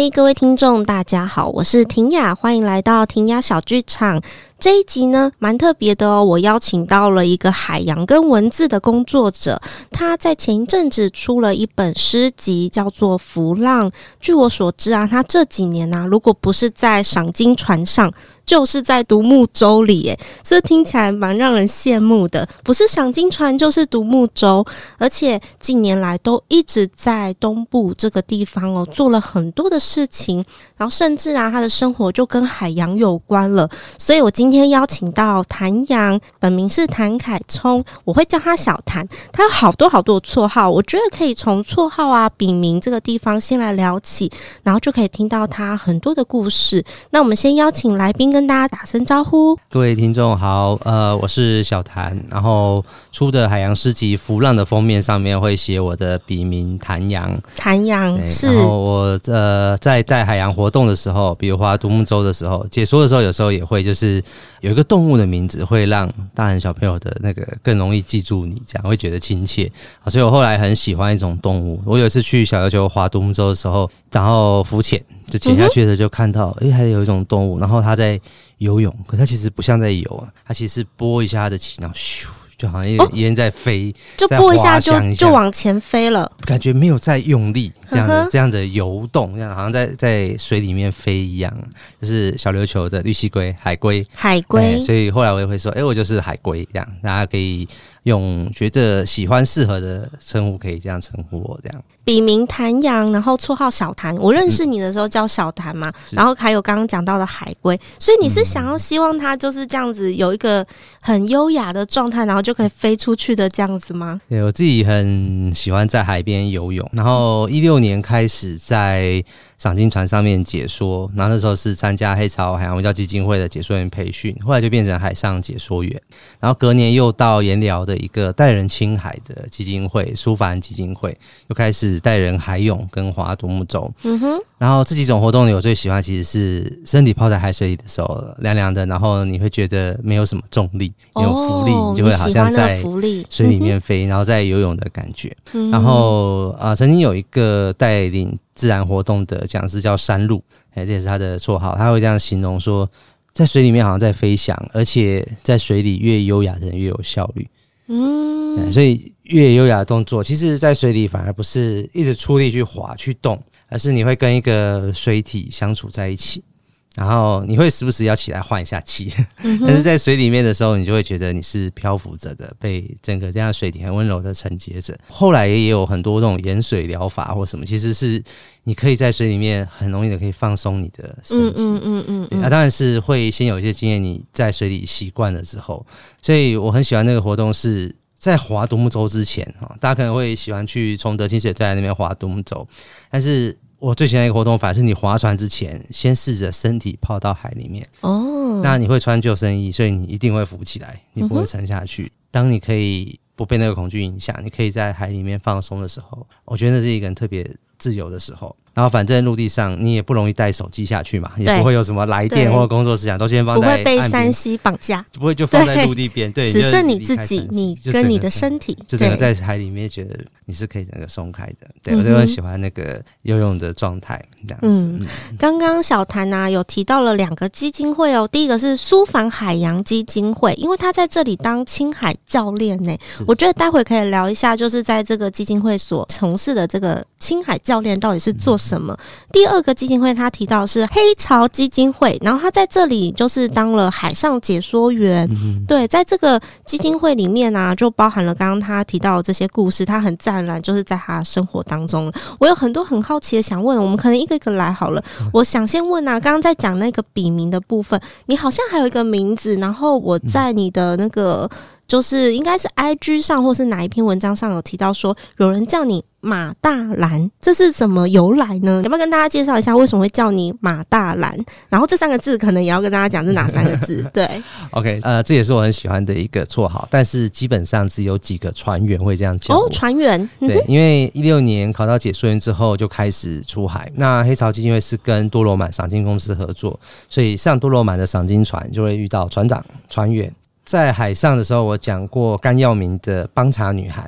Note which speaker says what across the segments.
Speaker 1: 嗨，各位听众大家好，我是婷雅，欢迎来到婷雅小剧场。这一集呢蛮特别的哦，我邀请到了一个海洋跟文字的工作者，他在前一阵子出了一本诗集叫做《浮浪》。据我所知啊，他这几年啊，如果不是在赏金船上，就是在独木舟里耶，这听起来蛮让人羡慕的，不是赏金船就是独木舟，而且近年来都一直在东部这个地方哦做了很多的事情，然后甚至啊他的生活就跟海洋有关了。所以我今天邀请到谭阳，本名是谭凯聪，我会叫他小谭，他有好多绰号，我觉得可以从绰号啊笔名这个地方先来聊起，然后就可以听到他很多的故事。那我们先邀请来宾跟大家打声招呼。
Speaker 2: 各位听众好，我是小谭，然后出的海洋诗集《浮浪》的封面上面会写我的笔名谭阳。
Speaker 1: 谭阳是，
Speaker 2: 然后我在带海洋活动的时候，比如划独木舟的时候，解说的时候，有时候也会就是有一个动物的名字会让大人小朋友的那个更容易记住你，这样会觉得亲切。所以我后来很喜欢一种动物。我有一次去小琉球划独木舟的时候，然后浮潜就潜下去的时候就看到，还有一种动物，然后它在游泳，可它其实不像在游啊，它其实拨一下它的鳍，然后咻，就好像有烟在飞，
Speaker 1: 就拨一下就往前飞了，
Speaker 2: 感觉没有在用力，这样的游动，这样好像在水里面飞一样。就是小琉球的绿蜥龟、海龟，所以后来我也会说，我就是海龟，这样大家可以用觉得喜欢适合的称呼，可以这样称呼我这样。
Speaker 1: 笔名谭阳，然后绰号小谭。我认识你的时候叫小谭嘛，然后还有刚刚讲到的海龟，所以你是想要希望它就是这样子有一个很优雅的状态，然后就可以飞出去的这样子吗？
Speaker 2: 对，我自己很喜欢在海边游泳，然后16年开始在赏金船上面解说，然后那时候是参加黑潮海洋文教基金会的解说员培训，后来就变成海上解说员，然后隔年又到盐寮的一个带人亲海的基金会苏凡基金会，又开始带人海泳跟划独木舟。然后这几种活动里我最喜欢其实是身体泡在海水里的时候，凉凉的，然后你会觉得没有什么重力，有浮力，你就会好像在水里面飞，然后在游泳的感觉。然后曾经有一个带领自然活动的讲师叫山路，这也是他的绰号，他会这样形容说，在水里面好像在飞翔，而且在水里越优雅的人越有效率。所以越优雅的动作，其实在水里反而不是一直出力去划去动，而是你会跟一个水体相处在一起，然后你会时不时要起来换一下气，但是在水里面的时候，你就会觉得你是漂浮着的，被整个这样水体很温柔的承接着。后来也有很多这种盐水疗法或什么，其实是你可以在水里面很容易的可以放松你的身体。当然是会先有一些经验，你在水里习惯了之后，所以我很喜欢那个活动是在划独木舟之前，大家可能会喜欢去崇德清水对岸那边划独木舟，但是我最喜欢一个活动反而是你划船之前先试着身体泡到海里面。那你会穿救生衣，所以你一定会浮起来，你不会沉下去。当你可以不被那个恐惧影响，你可以在海里面放松的时候，我觉得那是一个很特别自由的时候。然后反正陆地上你也不容易带手机下去嘛，也不会有什么来电或工作事项，都先放在岸边，
Speaker 1: 不会被3C绑架，
Speaker 2: 不会就放在陆地边，对，
Speaker 1: 只剩你自己，你跟你的身体，
Speaker 2: 就整个在海里面觉得你是可以整个松开的。对，我就很喜欢那个游泳的状态这样子。
Speaker 1: 刚刚小谭啊有提到了2个基金会哦，第一个是苏凡海洋基金会，因为他在这里当青海教练呢，我觉得待会可以聊一下，就是在这个基金会所从事的这个青海教练到底是做什么。第2个基金会他提到是黑潮基金会，然后他在这里就是当了海上解说员。对，在这个基金会里面啊，就包含了刚刚他提到的这些故事，他很自然就是在他生活当中。我有很多很好奇的想问，我们可能一个一个来好了。我想先问啊，刚刚在讲那个笔名的部分，你好像还有一个名字，然后我在你的那个就是应该是 IG 上或是哪一篇文章上有提到说有人叫你马大兰，这是什么由来呢？要不要跟大家介绍一下为什么会叫你马大兰？然后这3个字可能也要跟大家讲是哪3个字。对
Speaker 2: ，OK， 这也是我很喜欢的一个绰号，但是基本上只有几个船员会这样叫我。
Speaker 1: 船员，
Speaker 2: 对，因为16年考到解说员之后就开始出海，那黑潮基金会是跟多罗满赏金公司合作，所以上多罗满的赏金船就会遇到船长、船员。在海上的时候，我讲过甘耀明的帮茶女孩，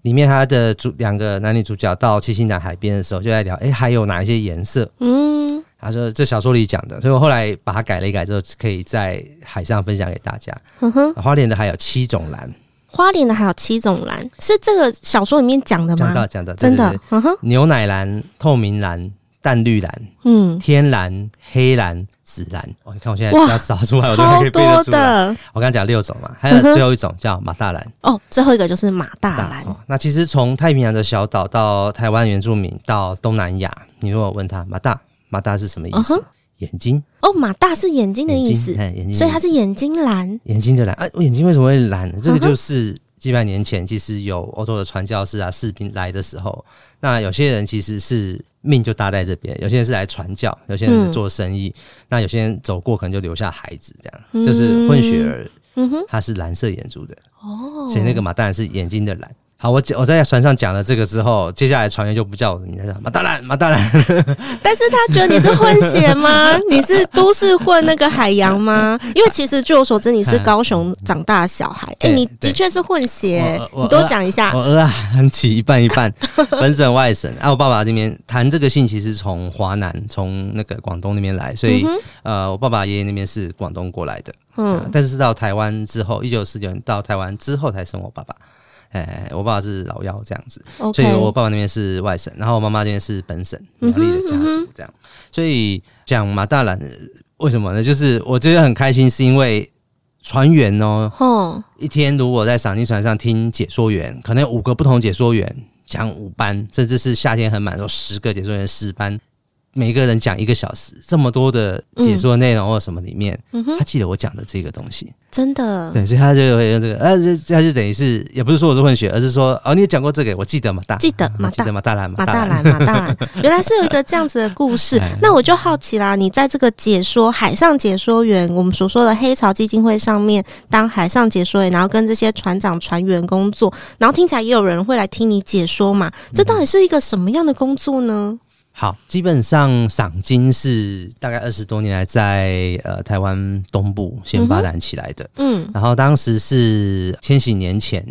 Speaker 2: 里面他的两个男女主角到七星潭海边的时候，就在聊，还有哪一些颜色？他说这小说里讲的，所以我后来把它改了一改之后，可以在海上分享给大家。花莲的还有7种蓝。
Speaker 1: 花莲的还有7种蓝，是这个小说里面讲的吗？
Speaker 2: 讲的，
Speaker 1: 真的。
Speaker 2: 对对对，牛奶蓝、透明蓝、淡绿蓝、天蓝、黑蓝、紫蓝。你看我现在比较少出来，我都还可以背得出来。我刚刚讲6种嘛，还有最后一种叫马大蓝。
Speaker 1: 最后一个就是马大蓝。
Speaker 2: 那其实从太平洋的小岛到台湾原住民到东南亚，你如果问他马大是什么意思？眼睛。马大是眼睛的意思，所以它是眼睛蓝。眼睛的蓝眼睛为什么会蓝？这个就是几百年前，其实有欧洲的传教士啊、士兵来的时候，那有些人其实是命就搭在这边，有些人是来传教，有些人是做生意，那有些人走过可能就留下孩子，这样就是混血儿，他是蓝色眼珠的，所以那个马当然是眼睛的蓝。好，我在船上讲了这个之后，接下来船员就不叫我的名字，马大蓝。
Speaker 1: 但是他觉得你是混血吗？你是都市混那个海洋吗？因为其实据我所知，你是高雄长大的小孩，你的确是混血，你多讲一下。
Speaker 2: 我很起一半一半，本省外省。我爸爸那边谈这个姓，其实从华南，从那个广东那边来，所以我爸爸爷爷那边是广东过来的，但是到台湾之后，1949年到台湾之后才生我爸爸。我爸爸是老幺这样子，所以我爸爸那边是外省，然后我妈妈那边是本省苗栗的家族这样。所以讲马大蓝为什么呢？就是我觉得很开心，是因为船员一天如果在赏金船上听解说员，可能有5个不同解说员讲5班，甚至是夏天很满的时候10个解说员10班。每个人讲1个小时，这么多的解说内容或什么里面，他记得我讲的这个东西，
Speaker 1: 真的，
Speaker 2: 对，所以他就会用这个，他就等于是，也不是说我是混血，而是说，你也讲过这个，我记得马大蓝，原来是有一个这样子的故事。那我就好奇啦，你在这个海上解说员，我们所说的黑潮基金会上面当海上解说员，然后跟这些船长船员工作，然后听起来也有人会来听你解说嘛，这到底是一个什么样的工作呢？ 好，基本上赏金是大概20多年来在台湾东部先发展起来的，然后当时是千禧年前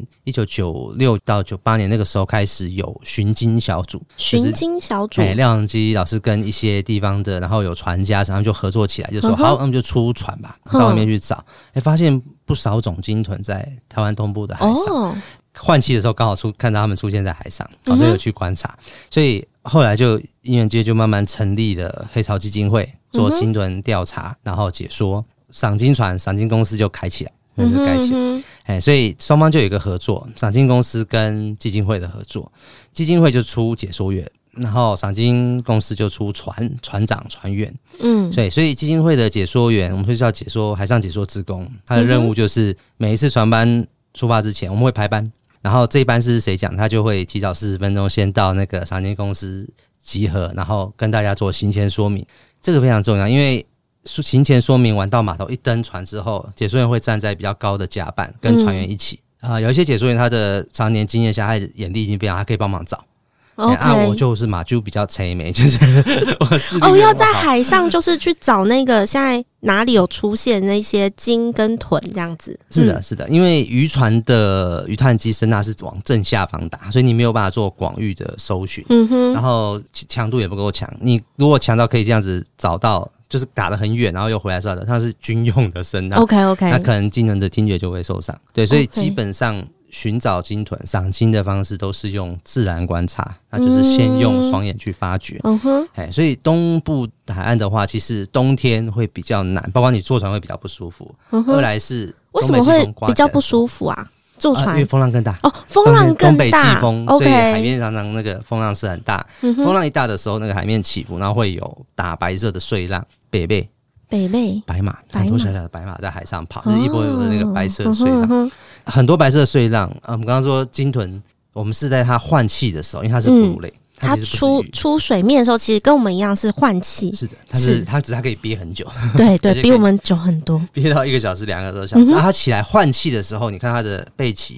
Speaker 2: 1996到98年那个时候开始有寻金小组，廖永基老师跟一些地方的，然后有船家，然后就合作起来，就说好，那么就出船吧，到外面去找，发现不少种鲸豚在台湾东部的海上。换气的时候刚好看到他们出现在海上，所以有去观察，所以后来就因缘际会就慢慢成立了黑潮基金会，做鲸豚调查，然后解说，赏金船、赏金公司就开起来，所以双方就有一个合作，赏金公司跟基金会的合作，基金会就出解说员，然后赏金公司就出船长、船员，所以基金会的解说员，我们会叫解说海上解说志工，他的任务就是每一次船班出发之前，我们会排班。然后这一班是谁讲，他就会提早40分钟先到那个赏金公司集合，然后跟大家做行前说明。这个非常重要，因为行前说明完到码头一登船之后，解说员会站在比较高的甲板跟船员一起。有一些解说员他的常年经验下，他眼力已经非常，他可以帮忙找。我就是马就比较垂眉，就是我
Speaker 1: 要在海上就是去找那个现在哪里有出现那些鲸跟豚这样子。
Speaker 2: 是的，因为渔船的鱼探机声呐是往正下方打，所以你没有办法做广域的搜寻，然后强度也不够强。你如果强到可以这样子找到，就是打得很远，然后又回来算了，它是军用的声呐。
Speaker 1: OK，
Speaker 2: 那可能鲸豚的听觉就会受伤。对，所以基本上寻找鲸豚、赏鲸的方式都是用自然观察，那就是先用双眼去发掘。所以东部海岸的话，其实冬天会比较难，包括你坐船会比较不舒服。二来是
Speaker 1: 为什么会比较不舒服啊？坐船
Speaker 2: 因为风浪更大
Speaker 1: 风浪更大，
Speaker 2: 东北季风，所以海面常常那个风浪是很大。风浪一大的时候，那个海面起伏，然后会有打白色的碎浪，白马，很多小小的白马在海上跑，就是一波一波的那个白色的碎浪，很多白色的碎浪。我们刚刚说鲸豚，我们是在它换气的时候，因为它是哺乳类，
Speaker 1: 它出水面的时候，其实跟我们一样是换气。
Speaker 2: 是的，它只是它可以憋很久，
Speaker 1: 对，比我们久很多，
Speaker 2: 憋到1个小时、2个多小时。它起来换气的时候，你看它的背鳍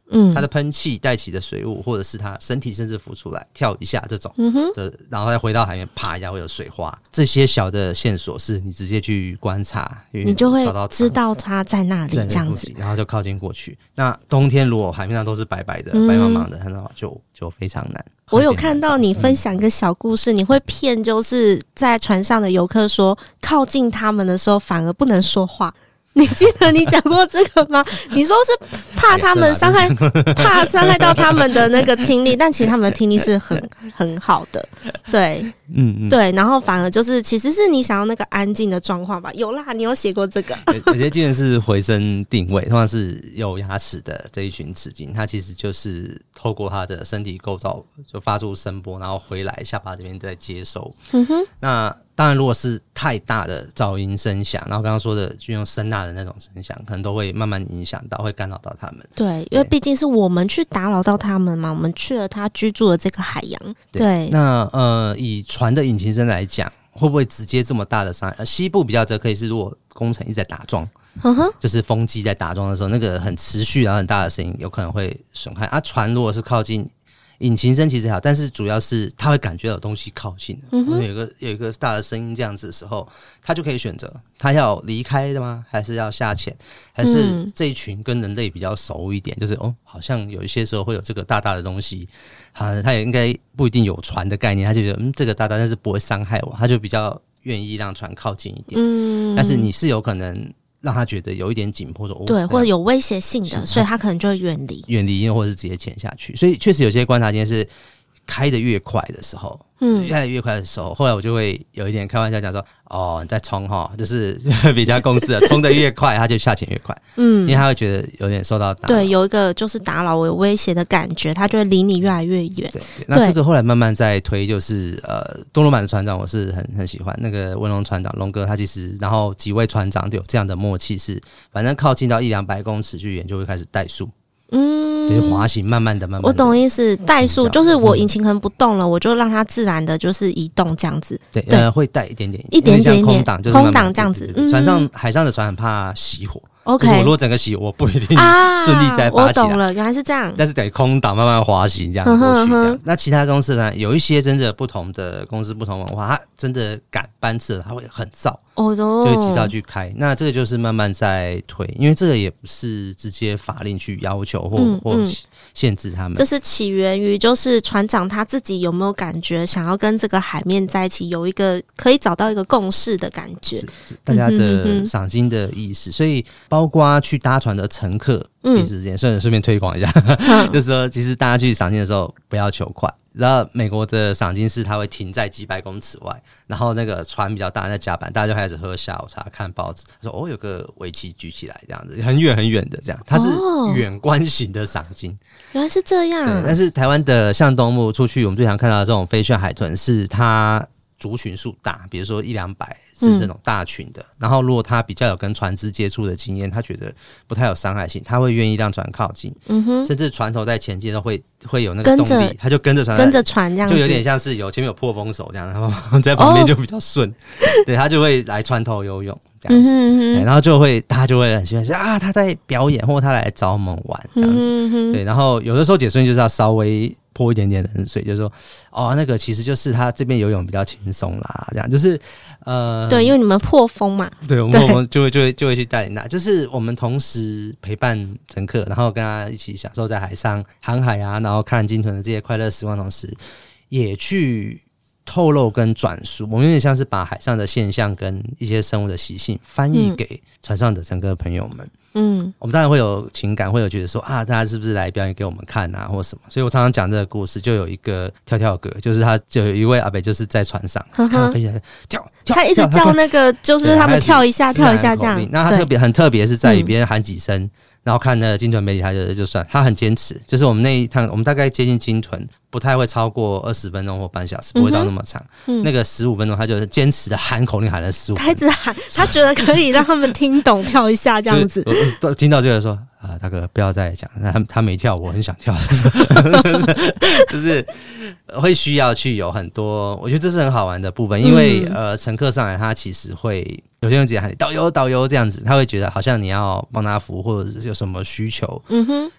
Speaker 2: 它的喷气带起的水雾，或者是它身体甚至浮出来跳一下这种的，然后再回到海面，啪一下会有水花。这些小的线索是你直接去观察，
Speaker 1: 你就会知道它在那里这样子，
Speaker 2: 然后就靠近过去。那冬天如果海面上都是白白的、白茫茫的，很好，就非常难。
Speaker 1: 我有看到你分享一个小故事，你会骗就是在船上的游客说，靠近他们的时候反而不能说话。你记得你讲过这个吗？你说是怕他们伤害，怕伤害到他们的那个听力，但其实他们的听力是很好的，对，对，然后反而就是其实是你想要那个安静的状况吧？有啦，你有写过这个。
Speaker 2: 有些鲸是回声定位，通常是有牙齿的这一群齿鲸，它其实就是透过它的身体构造就发出声波，然后回来下巴这边再接收。那当然，如果是太大的噪音声响，然后刚刚说的就用声呐的那种声响，可能都会慢慢影响到，会干扰到他们。
Speaker 1: 对，因为毕竟是我们去打扰到他们嘛，我们去了他居住的这个海洋。对，
Speaker 2: 那以船的引擎声来讲，会不会直接这么大的伤害？西部比较则可以是，如果工程一直在打桩，就是风机在打桩的时候，那个很持续然后很大的声音，有可能会损害。船如果是靠近。引擎声其实好，但是主要是他会感觉到有东西靠近有一个大的声音这样子的时候，他就可以选择他要离开的吗？还是要下潜？还是这一群跟人类比较熟一点，就是好像有一些时候会有这个大大的东西，他也应该不一定有船的概念，他就觉得这个大大但是不会伤害我，他就比较愿意让船靠近一点。但是你是有可能让他觉得有一点紧迫，
Speaker 1: 对，或者有威胁性的，所以他可能就会远离，
Speaker 2: 或者是直接潜下去。所以确实有些观察间是开得越快的时候，越来越快的时候，后来我就会有一点开玩笑讲说，你在冲就是比较公式的，冲得越快，他就下潜越快，因为他会觉得有点受到打扰，
Speaker 1: 对，有一个就是打扰有威胁的感觉，他就会离你越来越远。
Speaker 2: 对，那这个后来慢慢在推，就是多罗满的船长，我是很喜欢那个文龙船长龙哥，他其实然后几位船长都有这样的默契，是反正靠近到100-200公尺去远就会开始带速。对，滑行慢慢的
Speaker 1: 我懂意思，带速就是我引擎可能不动了，我就让它自然的就是移动这样子。
Speaker 2: 对，会带一点点空档，就是
Speaker 1: 空档这样子。
Speaker 2: 船上海上的船很怕熄火。
Speaker 1: OK，
Speaker 2: 我如果整个熄，我不一定顺利再发起来。
Speaker 1: 我懂了，原来是这样。
Speaker 2: 但是得空档慢慢滑行这样过去这样。那其他公司呢？有一些真的不同的公司不同文化，它真的赶班次了，它会很燥。就会急躁去开，那这个就是慢慢在推，因为这个也不是直接法令去要求或限制他们。
Speaker 1: 这是起源于就是船长他自己有没有感觉想要跟这个海面在一起，有一个可以找到一个共识的感觉，
Speaker 2: 是大家的赏金的意思。所以包括去搭船的乘客也是这样，顺便推广一下，就是说其实大家去赏金的时候不要求快。然后美国的赏金是它会停在几百公尺外，然后那个船比较大在甲板，大家就开始喝下午茶看报纸，说有个围棋举起来这样子，很远很远的这样，它是远观型的赏金。
Speaker 1: 原来是这样。
Speaker 2: 对，但是台湾的像东部出去我们最常看到的这种飞旋海豚是它族群数大，比如说100-200是这种大群的，然后如果他比较有跟船只接触的经验，他觉得不太有伤害性，他会愿意让船靠近，甚至船头在前进的会有那个动力，他就跟着船
Speaker 1: 这样子，
Speaker 2: 就有点像是前面有破风手这样，然后在旁边就比较顺，对，他就会来船头游泳这样子，然后大家就会很喜欢说他在表演，或他来找我们玩这样子，对，然后有的时候解说员就是要稍微泼一点点冷水，就是说那个其实就是他这边游泳比较轻松啦，这样就是
Speaker 1: 对，因为你们破风嘛，
Speaker 2: 对，我们就会去带领他，就是我们同时陪伴乘客，然后跟他一起享受在海上航海啊，然后看鲸豚的这些快乐时光，同时也去透露跟转述，我们有点像是把海上的现象跟一些生物的习性翻译给船上的乘客朋友们。我们当然会有情感，会有觉得说大家是不是来表演给我们看啊，或什么。所以我常常讲这个故事，就有一个跳歌，就是就有一位阿伯就是在船上看到飞起来跳，
Speaker 1: 他一直叫那个，就是他们跳一下这样。
Speaker 2: 那他很特别是在于别人喊几声。然后看那个鲸豚媒体，他就算他很坚持，就是我们那一趟，我们大概接近鲸豚，不太会超过20分钟或半小时，不会到那么长。那个15分钟，他就是坚持的喊口令，喊了15分钟。他一直喊，
Speaker 1: 他觉得可以让他们听懂，跳一下这样子。
Speaker 2: 我听到这个说大哥不要再讲，他没跳，我很想跳，就是会需要去有很多，我觉得这是很好玩的部分，因为乘客上来，他其实会。有些人直接喊你导游这样子，他会觉得好像你要帮他服务或者是有什么需求，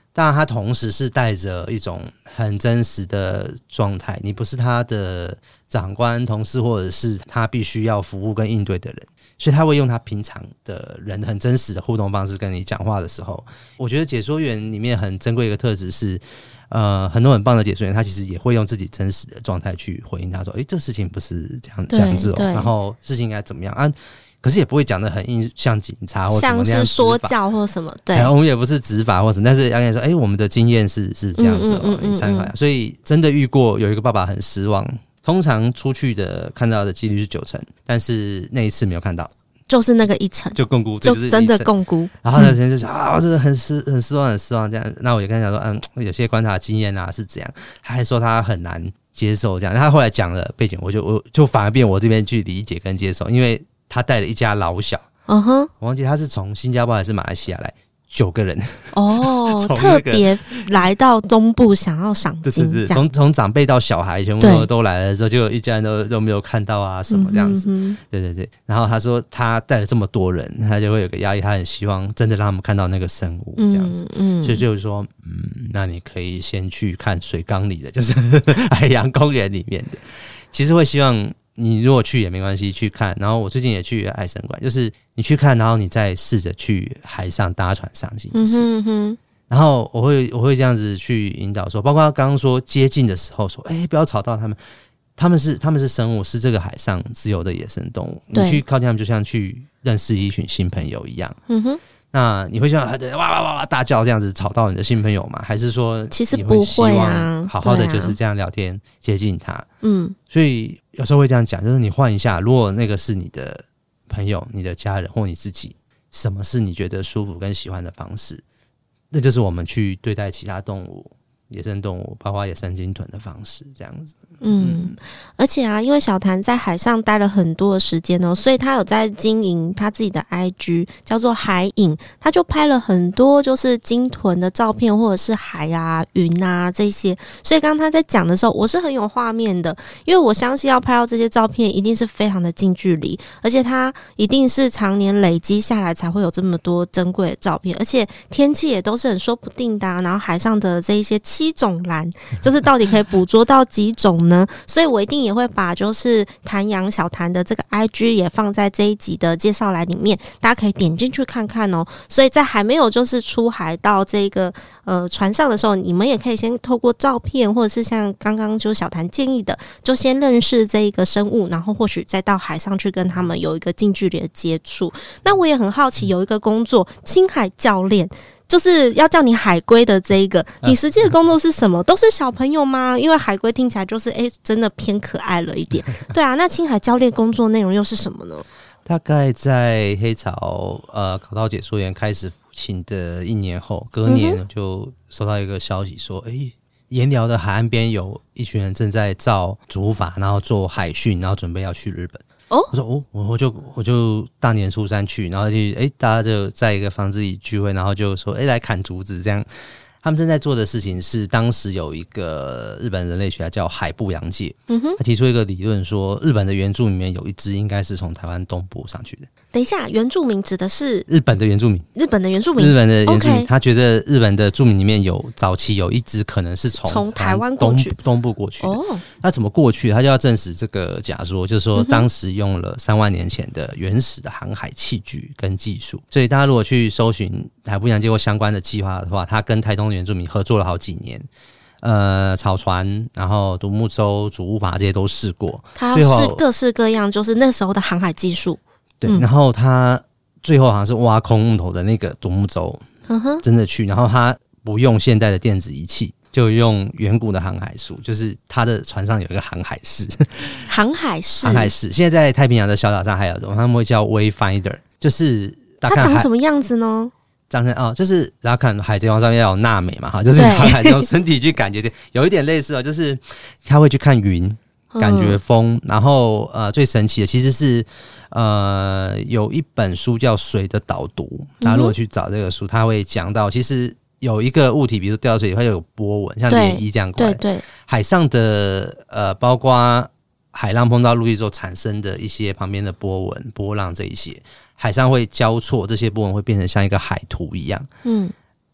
Speaker 2: 当然它同时是带着一种很真实的状态，你不是他的长官同事，或者是他必须要服务跟应对的人，所以他会用他平常的人很真实的互动方式跟你讲话的时候，我觉得解说员里面很珍贵一个特质是很多很棒的解说员他其实也会用自己真实的状态去回应他说这事情不是这样子然后事情应该怎么样啊，可是也不会讲得很硬，像警察或什么那样
Speaker 1: 像是说教或什么，对，
Speaker 2: 我们也不是执法或什么，但是要跟你说我们的经验是这样子你参考一下。所以真的遇过有一个爸爸很失望，通常出去的看到的几率是90%，但是那一次没有看到，就是那个1成，就共估，就真的共估。然后那人就想真的很失望这样。那我也跟他讲说有些观察经验啊是怎样，他还说他很难接受这样。他后来讲了背景，我就反而变我这边去理解跟接受，因为他带了一家老小，我忘记他是从新加坡还是马来西亚来，9个人特别来到东部想要赏金，对，从长辈到小孩全部都来了之后，就一家人都没有看到啊什么这样子，对。然后他说他带了这么多人，他就会有个压力，他很希望真的让他们看到那个生物这样子，所以就是说那你可以先去看水缸里的，就是海洋公园里面的，其实会希望你如果去也没关系，去看。然后我最近也去爱生馆，就是你去看，然后你再试着去海上搭船上行驶。然后我会这样子去引导说，包括刚刚说接近的时候说，不要吵到他们，他们是生物，是这个海上自由的野生动物。你去靠近他们，就像去认识一群新朋友一样。那你会希望哇哇哇大叫这样子吵到你的新朋友吗？还是说其实不会啊，好好的就是这样聊天接近他？所以有时候会这样讲，就是你换一下，如果那个是你的朋友、你的家人或你自己，什么是你觉得舒服跟喜欢的方式？那就是我们去对待其他动物、野生动物，包括野生鲸豚的方式，这样子。而且啊，因为小谭在海上待了很多的时间所以他有在经营他自己的 IG， 叫做海影，他就拍了很多就是鲸豚的照片，或者是海啊、云啊这些。所以刚刚他在讲的时候，我是很有画面的，因为我相信要拍到这些照片，一定是非常的近距离，而且他一定是常年累积下来才会有这么多珍贵的照片，而且天气也都是很说不定的然后海上的这一些7种蓝，就是到底可以捕捉到几种呢？所以我一定也会把就是谭阳小谭的这个 IG 也放在这一集的介绍栏里面，大家可以点进去看看所以在还没有就是出海到这个船上的时候，你们也可以先透过照片，或者是像刚刚就小谭建议的，就先认识这一个生物，然后或许再到海上去跟他们有一个近距离的接触。那我也很好奇，有一个工作青海教练，就是要叫你海龟的这一个，你实际的工作是什么？都是小朋友吗？因为海龟听起来就是真的偏可爱了一点。对啊，那青海教练工作内容又是什么呢？大概在黑潮考到解说员开始服勤的1年后，隔年就收到一个消息说，盐寮的海岸边有一群人正在造竹筏，然后做海训，然后准备要去日本。我说我就大年初3去，然后就大家就在一个房子里聚会，然后就说来砍竹子这样。他们正在做的事情是，当时有一个日本人类学家叫海部洋介，他提出一个理论说，日本的原住民里面有一只应该是从台湾东部上去的。等一下，原住民指的是日本的原住民，他觉得日本的住民里面有早期有一只可能是从台湾东部过去的。那怎么过去？他就要证实这个假说，就是说当时用了3万年前的原始的航海器具跟技术。所以大家如果去搜寻海部洋介或相关的计划的话，他跟台东的原住民合作了好几年。草船，然后独木舟、竹筏这些都试过，他是各式各样，就是那时候的航海技术。对，然后他最后好像是挖空木头的那个独木舟，真的去，然后他不用现代的电子仪器，就用远古的航海术，就是他的船上有一个航海士。航海士现在在太平洋的小岛上还有种，他们会叫 Wayfinder， 就是它长什么样子呢？长成就是大家看海贼王上面要有娜美嘛，就是航海用身体去感觉，有一点类似就是他会去看云，感觉风，然后最神奇的其实是有一本书叫《水的导读》，大家如果去找这个书，他会讲到其实有一个物体，比如掉到水里会有波纹，像涟漪这样过来。对，海上的包括海浪碰到陆地之后产生的一些旁边的波纹、波浪这一些。海上会交错，这些波纹会变成像一个海图一样。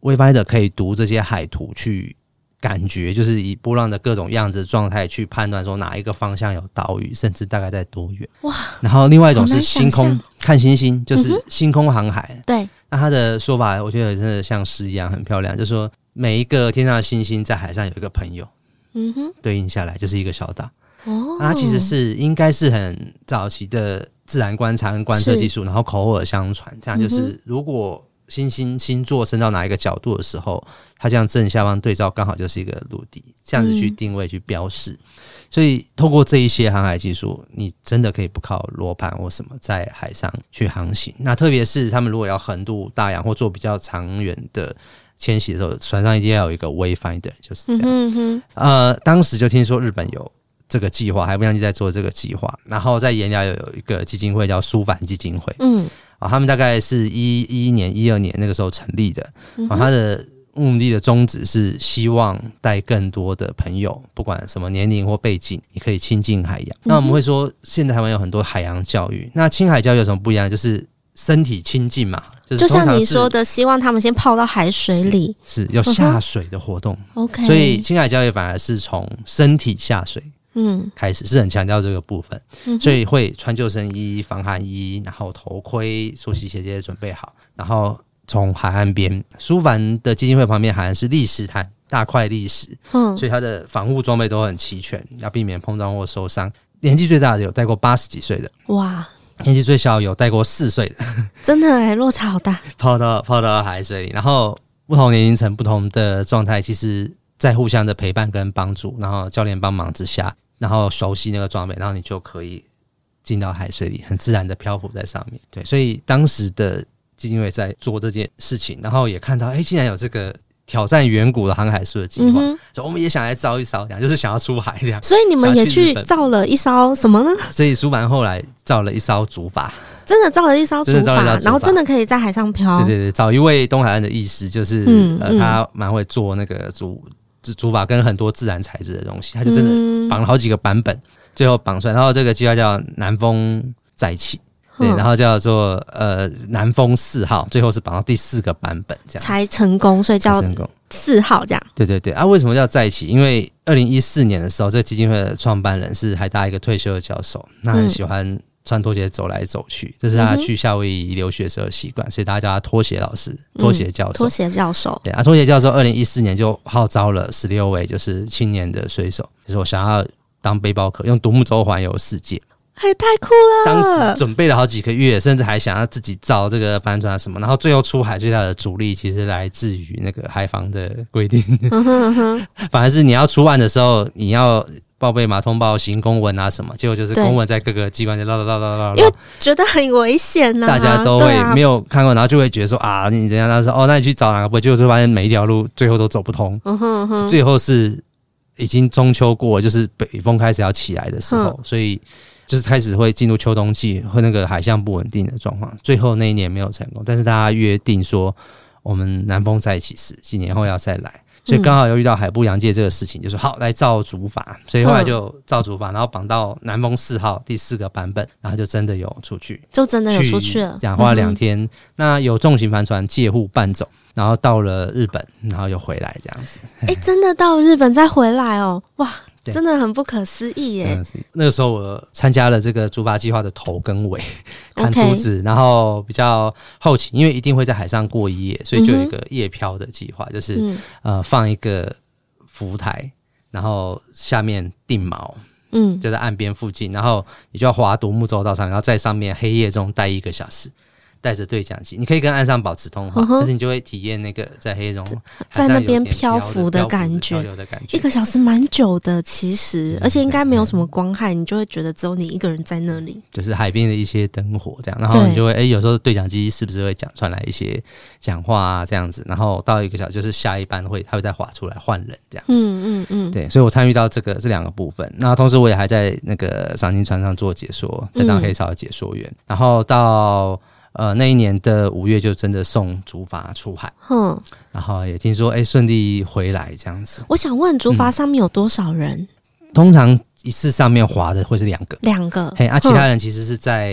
Speaker 2: Wayfinder 可以读这些海图去感觉，就是以波浪的各种样子状态去判断说哪一个方向有岛屿，甚至大概在多远。哇！然后另外一种是星空看星星，就是星空航海。
Speaker 1: 对，
Speaker 2: 那他的说法我觉得真的像诗一样很漂亮，就是说每一个天上的星星在海上有一个朋友，对应下来就是一个小岛。它其实是应该是很早期的自然观察跟观测技术，然后口耳相传，这样就是如果星座升到哪一个角度的时候，它这样正下方对照刚好就是一个陆地，这样子去定位去标示。所以透过这一些航海技术，你真的可以不靠罗盘或什么在海上去航行。那特别是他们如果要横渡大洋或做比较长远的迁徙的时候，船上一定要有一个 Wayfinder， 就是这样。当时就听说日本有这个计划，海部洋记在做这个计划，然后在盐寮有一个基金会叫苏帆基金会，他们大概是11年、12年那个时候成立的，他的目的的宗旨是希望带更多的朋友，不管什么年龄或背景，你可以亲近海洋。那我们会说，现在台湾有很多海洋教育，那亲海教育有什么不一样？就是身体亲近嘛，
Speaker 1: 就像你说的，希望他们先泡到海水里，
Speaker 2: 是有下水的活动。
Speaker 1: OK，
Speaker 2: 所以亲海教育反而是从身体下水。开始是很强调这个部分，所以会穿救生衣、防寒衣，然后头盔、溯溪鞋这些准备好，然后从海岸边，苏帆的基金会旁边海岸是砾石滩，大块砾石，所以它的防护装备都很齐全，要避免碰撞或受伤。年纪最大的有带过80几岁的，哇！年纪最小有带过4岁的，
Speaker 1: 真的落差好大，
Speaker 2: 泡到海水里，然后不同年龄层、不同的状态，其实在互相的陪伴跟帮助，然后教练帮忙之下。然后熟悉那个装备，然后你就可以进到海水里，很自然的漂浮在上面。对，所以当时的基金会在做这件事情，然后也看到，竟然有这个挑战远古的航海术的计划，所以我们也想来造一艘，这样就是想要出海这样。
Speaker 1: 所以你们也去造了一艘什么呢？
Speaker 2: 所以苏帆后来造了一艘竹筏，
Speaker 1: 真的造了一艘竹筏，然后真的可以在海上漂。
Speaker 2: 对对对，找一位东海岸的义师，就是他蛮会做那个竹筏跟很多自然材质的东西，他就真的绑了好几个版本，最后绑出来。然后这个计划叫南风再起，对，然后叫做南风4号，最后是绑到第4个版本，这样
Speaker 1: 才成功，所以叫4号这样。
Speaker 2: 对对对啊，为什么叫再起？因为2014年的时候，这个基金会的创办人是海大一个退休的教授，那很喜欢穿拖鞋走来走去，这是他去夏威夷留学时候的习惯，所以大家叫他拖鞋老师、拖鞋教授。
Speaker 1: 拖鞋教授，
Speaker 2: 对啊，拖鞋教授2014年就号召了16位就是青年的水手，就是我想要当背包客，用独木舟环游世界。
Speaker 1: 也太酷了！
Speaker 2: 当时准备了好几个月，甚至还想要自己造这个帆船啊什么，然后最后出海最大的阻力其实来自于那个海防的规定，反而是你要出岸的时候，你要报备码通报行公文啊什么，结果就是公文在各个机关就绕，
Speaker 1: 因为觉得很危险啊，
Speaker 2: 大家都会没有看过，然后就会觉得说啊，你怎样？他说那你去找哪个部？结果就发现每一条路最后都走不通，最后是已经中秋过，就是北风开始要起来的时候，所以就是开始会进入秋冬季，会那个海象不稳定的状况。最后那一年没有成功，但是大家约定说，我们南风再起时，几年后要再来。所以刚好又遇到海部洋界这个事情，就说好来造竹筏，所以后来就造竹筏，然后绑到南风4号第4个版本，然后就真的有出去，
Speaker 1: 就真的有出去了，
Speaker 2: 花了2天。那有重型帆船借护伴走，然后到了日本，然后又回来这样子。
Speaker 1: 真的到日本再回来哦，哇！真的很不可思议耶！
Speaker 2: 那个时候我参加了这个竹筏计划的头跟尾，看竹子，然后比较后期，因为一定会在海上过一夜，所以就有一个夜漂的计划，就是放一个浮台，然后下面定锚，就在岸边附近，然后你就要划独木舟到上面，然后在上面黑夜中待1个小时。带着对讲机，你可以跟岸上保持通话，但是你就会体验那个在黑夜中
Speaker 1: 在那边漂浮的感觉，1个小时蛮久的，其实，而且应该没有什么光害，你就会觉得只有你一个人在那里，
Speaker 2: 就是海边的一些灯火这样，然后你就会有时候对讲机是不是会传来一些讲话啊这样子，然后到1个小时就是下一班他会再划出来换人这样子，对，所以我参与到这2个部分，那同时我也还在那个赏金船上做解说，在当黑潮的解说员，然后到那一年的5月就真的送竹筏出海，然后也听说顺利回来这样子。
Speaker 1: 我想问，竹筏上面有多少人？
Speaker 2: 通常一次上面划的会是2个，
Speaker 1: 2个，
Speaker 2: 其他人其实是在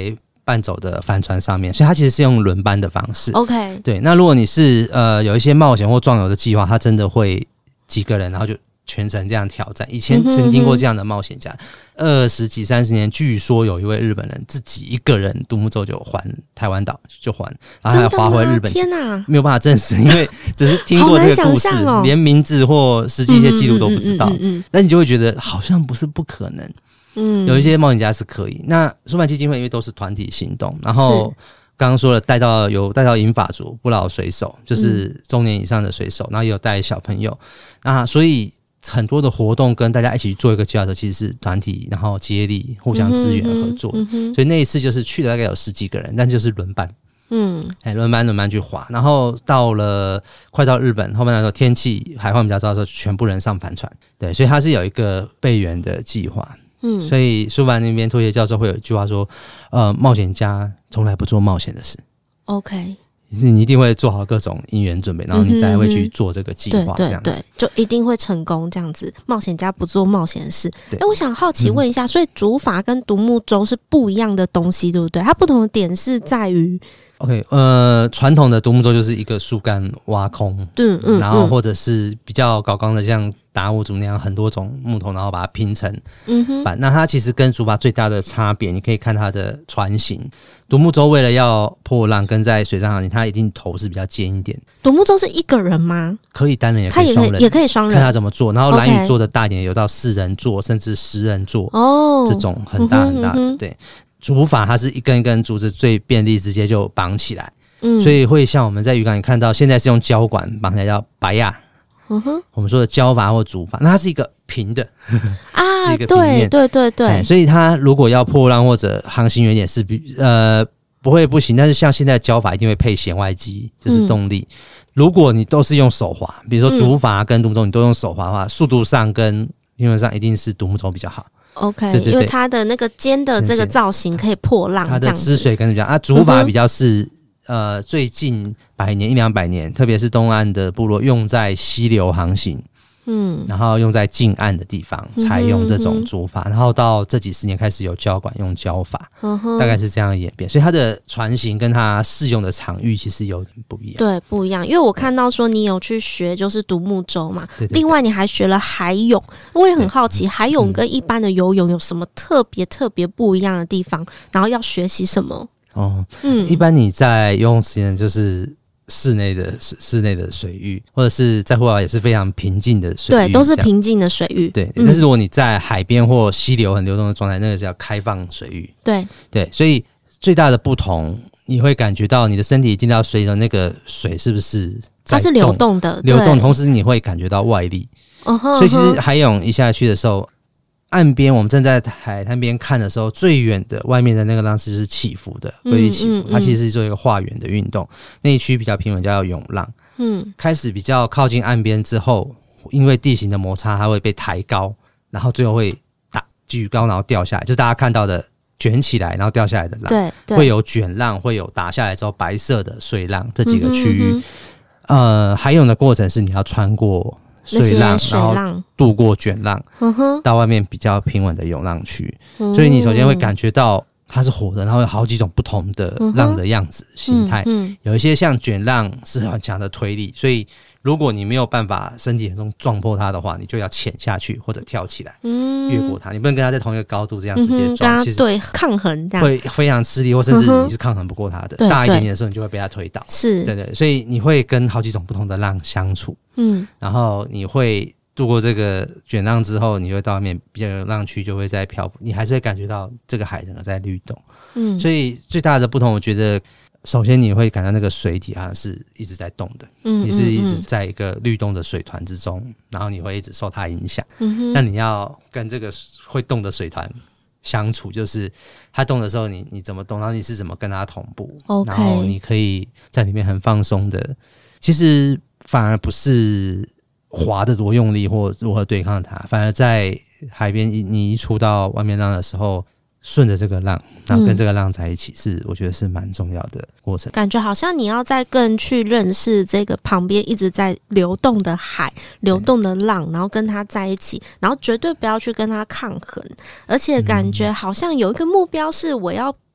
Speaker 2: 伴走的帆船上面，所以它其实是用轮班的方式。
Speaker 1: OK，
Speaker 2: 对。那如果你是有一些冒险或壮游的计划，它真的会几个人，然后就全程这样挑战。以前曾听过这样的冒险家，20几30年，据说有一位日本人自己一个人独木舟就环台湾岛就环，然后还划回日本。
Speaker 1: 天哪，
Speaker 2: 没有办法证实，因为只是听过这个故事，连名字或实际一些记录都不知道。但你就会觉得好像不是不可能。有一些冒险家是可以。那舒帆基金会因为都是团体行动，然后刚刚说了带到银发族、不老水手，就是中年以上的水手，然后也有带小朋友，那所以很多的活动跟大家一起做一个计划的时候，其实是团体，然后接力、互相支援合作。所以那一次就是去了大概有10几个人，但就是轮班。轮班去划，然后快到日本后面的时候，天气海况比较糟的时候，全部人上帆船。对，所以它是有一个备援的计划。所以舒帆那边托耶教授会有一句话说，冒险家从来不做冒险的事。
Speaker 1: OK，
Speaker 2: 你一定会做好各种因缘准备，然后你才会去做这个计划，这样子。
Speaker 1: 对，就一定会成功这样子。冒险家不做冒险的事。我想好奇问一下，所以竹筏跟独木舟是不一样的东西，对不对？它不同的点是在于。
Speaker 2: OK， 传统的独木舟就是一个树干挖空，然后或者是比较高纲的，像达悟族那样很多种木头，然后把它拼成板。那它其实跟竹筏最大的差别，你可以看它的船型。独木舟为了要破浪跟在水上航行，它一定头是比较尖一点。
Speaker 1: 独木舟是一个人吗？
Speaker 2: 可以单人，也可以双人，
Speaker 1: 也可以双人，
Speaker 2: 看他怎么做。然后兰屿做的大一点，有到4人座，甚至10人座这种很大很大的。对。竹筏它是一根一根竹子，最便利直接就绑起来，所以会像我们在渔港里看到，现在是用胶管绑起来叫白亚，我们说的胶筏或竹筏，那它是一个平的
Speaker 1: 啊，
Speaker 2: 是一个平面，
Speaker 1: 对，
Speaker 2: 所以它如果要破浪或者航行远一点是不会不行，但是像现在的胶筏一定会配舷外机，就是动力。如果你都是用手划，比如说竹筏跟独木舟你都用手划的话，速度上跟平衡上一定是独木舟比较好。
Speaker 1: OK， 对，因为它的那个尖的这个造型可以破浪，
Speaker 2: 它的吃水跟比较竹筏比较是最近100年100-200年，特别是东岸的部落用在溪流航行，然后用在近岸的地方才用这种竹筏，然后到这几十年开始有胶管用胶筏，大概是这样的演变，所以它的船型跟它适用的场域其实有点不一样。
Speaker 1: 对，不一样。因为我看到说你有去学就是独木舟嘛，
Speaker 2: 对，
Speaker 1: 另外你还学了海泳，我也很好奇海泳跟一般的游泳有什么特别不一样的地方，然后要学习什么？
Speaker 2: 一般你在游泳池呢就是室内的水域，或者是在户外也是非常平静的水域，
Speaker 1: 对，都是平静的水域。
Speaker 2: 对，但是如果你在海边或溪流很流动的状态，那个是要开放水域。对，所以最大的不同，你会感觉到你的身体进到水里头，那个水是不是在
Speaker 1: 它是流动的，
Speaker 2: 同时你会感觉到外力。所以其实海泳一下去的时候，岸边我们站在海滩边看的时候，最远的外面的那个浪是起伏的，规律起伏，它其实是做一个画圆的运动。那一区比较平稳叫涌浪，开始比较靠近岸边之后，因为地形的摩擦，它会被抬高，然后最后会举高，然后掉下来，就是大家看到的卷起来然后掉下来的浪，
Speaker 1: 对，
Speaker 2: 会有卷浪，会有打下来之后白色的水浪，这几个区域。海泳的过程是你要穿过水浪，然后渡过卷浪，到外面比较平稳的涌浪区，所以你首先会感觉到它是活的，然后有好几种不同的浪的样子、形态，有一些像卷浪是很强的推力，所以如果你没有办法身体很重撞破它的话，你就要潜下去或者跳起来，越过它，你不能跟它在同一个高度这样直接撞，其实
Speaker 1: 对抗衡这样
Speaker 2: 会非常吃力，或甚至你是抗衡不过它的，大一点点的时候你就会被它推倒，
Speaker 1: 是，
Speaker 2: 对，所以你会跟好几种不同的浪相处，然后你会度过这个卷浪之后，你会到外面比较有浪区，就会在漂浮，你还是会感觉到这个海整个在律动，所以最大的不同，我觉得首先你会感到那个水体好像是一直在动的，你是一直在一个律动的水团之中，然后你会一直受它影响，那你要跟这个会动的水团相处，就是它动的时候你怎么动，然后你是怎么跟它同步，然后你可以在里面很放松的，其实反而不是划得多用力或如何对抗它，反而在海边你一出到外面浪的时候，顺着这个浪，然后跟这个浪在一起，是我觉得是蛮重要的过程。
Speaker 1: 感觉好像你要再更去认识这个旁边一直在流动的海、流动的浪，然后跟它在一起，然后绝对不要去跟它抗衡，而且感觉好像有一个目标是我要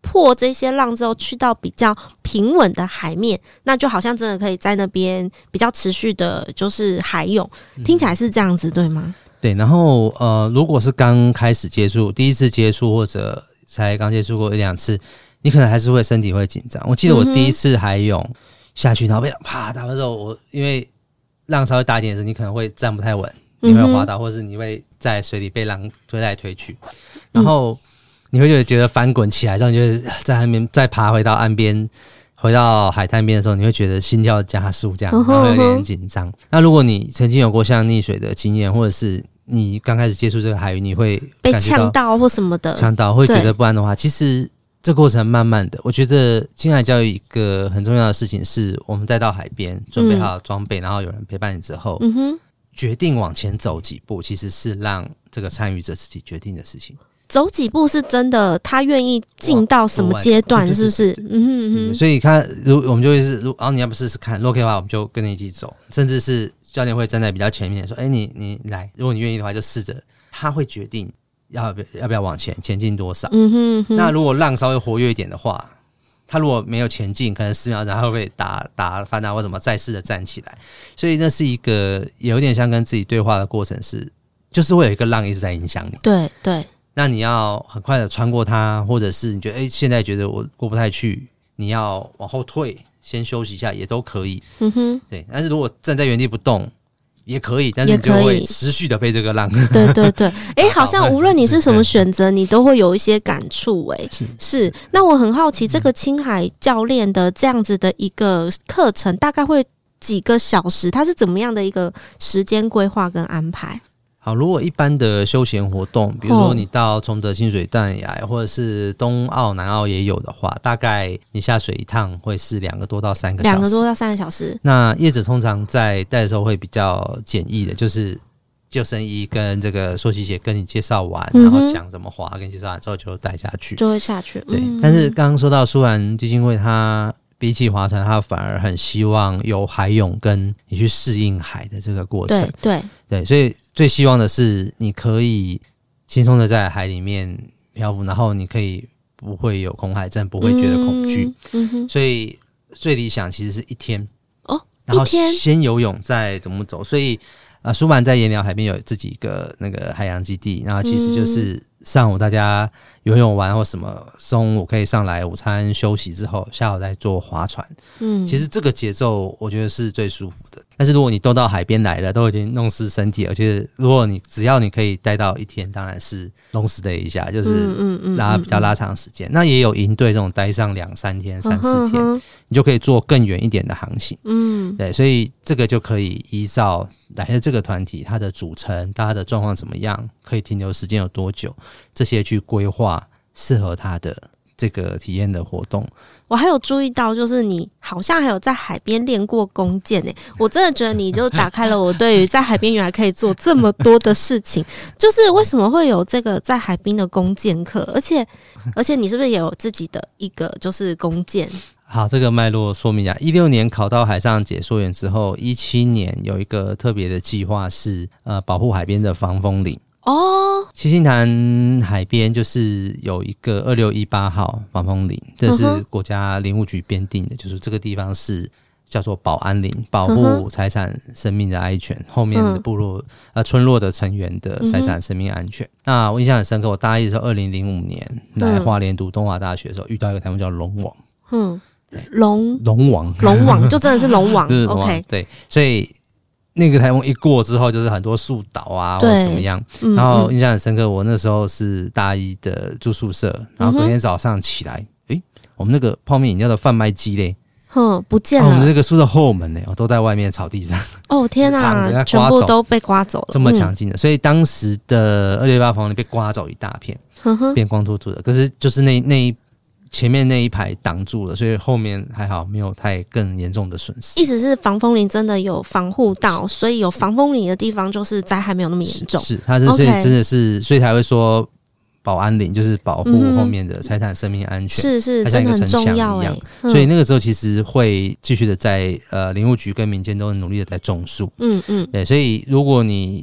Speaker 1: 破这些浪之后，去到比较平稳的海面，那就好像真的可以在那边比较持续的，就是海泳，听起来是这样子，对吗？
Speaker 2: 对，然后如果是刚开始接触，第一次接触或者才刚接触过1-2次，你可能还是会身体会紧张。我记得我第一次海泳下去，然后被啪打的时候，我因为浪稍微大一点的时候，你可能会站不太稳，你会滑倒，或是你会在水里被浪推来推去，然后你会觉得翻滚起来，然后你就在海面再爬回到岸边。回到海滩边的时候，你会觉得心跳加速，这样然后有点紧张。那如果你曾经有过像溺水的经验，或者是你刚开始接触这个海域，你会
Speaker 1: 被呛到或什么的，
Speaker 2: 呛到会觉得不安的话，其实这过程慢慢的，我觉得青海教育一个很重要的事情是，我们带到海边，准备好装备，然后有人陪伴你之后，决定往前走几步，其实是让这个参与者自己决定的事情。
Speaker 1: 走几步是真的，他愿意进到什么阶段，是不是？
Speaker 2: 所以看，我们就会是，然后你要不试试看，如果可以的话，我们就跟你一起走，甚至是教练会站在比较前面说：“你来，如果你愿意的话，就试着。”他会决定要不要往前进多少。那如果浪稍微活跃一点的话，他如果没有前进，可能4秒钟他会被打翻啊，或什么再试着站起来。所以那是一个有点像跟自己对话的过程，就是会有一个浪一直在影响你。
Speaker 1: 对对。
Speaker 2: 那你要很快的穿过它，或者是你觉得现在觉得我过不太去，你要往后退，先休息一下也都可以。对。但是如果站在原地不动也可以，但是你就会持续的被这个浪。
Speaker 1: 对对对，好像无论你是什么选择，你都会有一些感触。是。那我很好奇，这个青海教练的这样子的一个课程，大概会几个小时？它是怎么样的一个时间规划跟安排？
Speaker 2: 好，如果一般的休闲活动，比如说你到崇德清水淡崖，或者是东澳、南澳也有的话，大概你下水一趟会是2个多到3个小时。2个
Speaker 1: 多到3个小时。
Speaker 2: 那业者通常在带的时候会比较简易的，就是救生衣跟这个溯溪鞋跟你介绍完，然后讲怎么滑，跟你介绍完之后就带下去，
Speaker 1: 就会下去。
Speaker 2: 对。但是刚刚说到舒兰基金会，它比起划船，他反而很希望有海泳跟你去适应海的这个过程。对，所以最希望的是你可以轻松的在海里面漂浮，然后你可以不会有空海症，不会觉得恐惧。所以最理想其实是1天然后先游泳再怎么走。所以舒兰在盐寮海边有自己一个那个海洋基地，然后其实就是上午大家游泳完或什么，中午可以上来午餐休息之后，下午再做划船。其实这个节奏我觉得是最舒服的。但是如果你都到海边来了，都已经弄湿身体了，而且如果你只要你可以待到1天，当然是 long stay 一下，就是比较拉长时间。那也有营队这种待上2-3天、3-4天，你就可以做更远一点的航行。对，所以这个就可以依照来的这个团体它的组成、大家的状况怎么样，可以停留时间有多久，这些去规划适合他的这个体验的活动。
Speaker 1: 我还有注意到，就是你好像还有在海边练过弓箭我真的觉得你就打开了我对于在海边原来可以做这么多的事情。就是为什么会有这个在海边的弓箭课，而且你是不是也有自己的一个就是弓箭？
Speaker 2: 好，这个脉络说明一下。16年考到海上解说员之后，17年有一个特别的计划是保护海边的防风林。七星潭海边就是有一个2618号防风林，这是国家林务局编定的，就是这个地方是叫做保安林，保护财产生命的安全，后面的部落村落的成员的财产生命安全。那我印象很深刻，我大一的时候2005年来花莲读东华大学的时候，遇到一个台风叫龙王。龙王
Speaker 1: 就真的是龙王OK
Speaker 2: 对，所以那个台风一过之后，就是很多树倒啊，或者怎么样。然后印象很深刻，我那时候是大一的住宿舍，然后隔天早上起来，我们那个泡面饮料的贩卖机嘞，
Speaker 1: 不见了。
Speaker 2: 我们那个宿舍后门嘞，都在外面草地上。
Speaker 1: 天哪，全部都被刮走了，
Speaker 2: 这么强劲的。所以当时的268防风林被刮走一大片，变光秃秃的。可是就是前面那一排挡住了，所以后面还好没有太更严重的损失。
Speaker 1: 意思是防风林真的有防护到，所以有防风林的地方就是灾害没有那么严重。
Speaker 2: 是它真的是，所以才会说保安林就是保护后面的财产生命安全。
Speaker 1: 是真的很重要
Speaker 2: 所以那个时候其实会继续的在林务局跟民间都很努力的在种树。对，所以如果你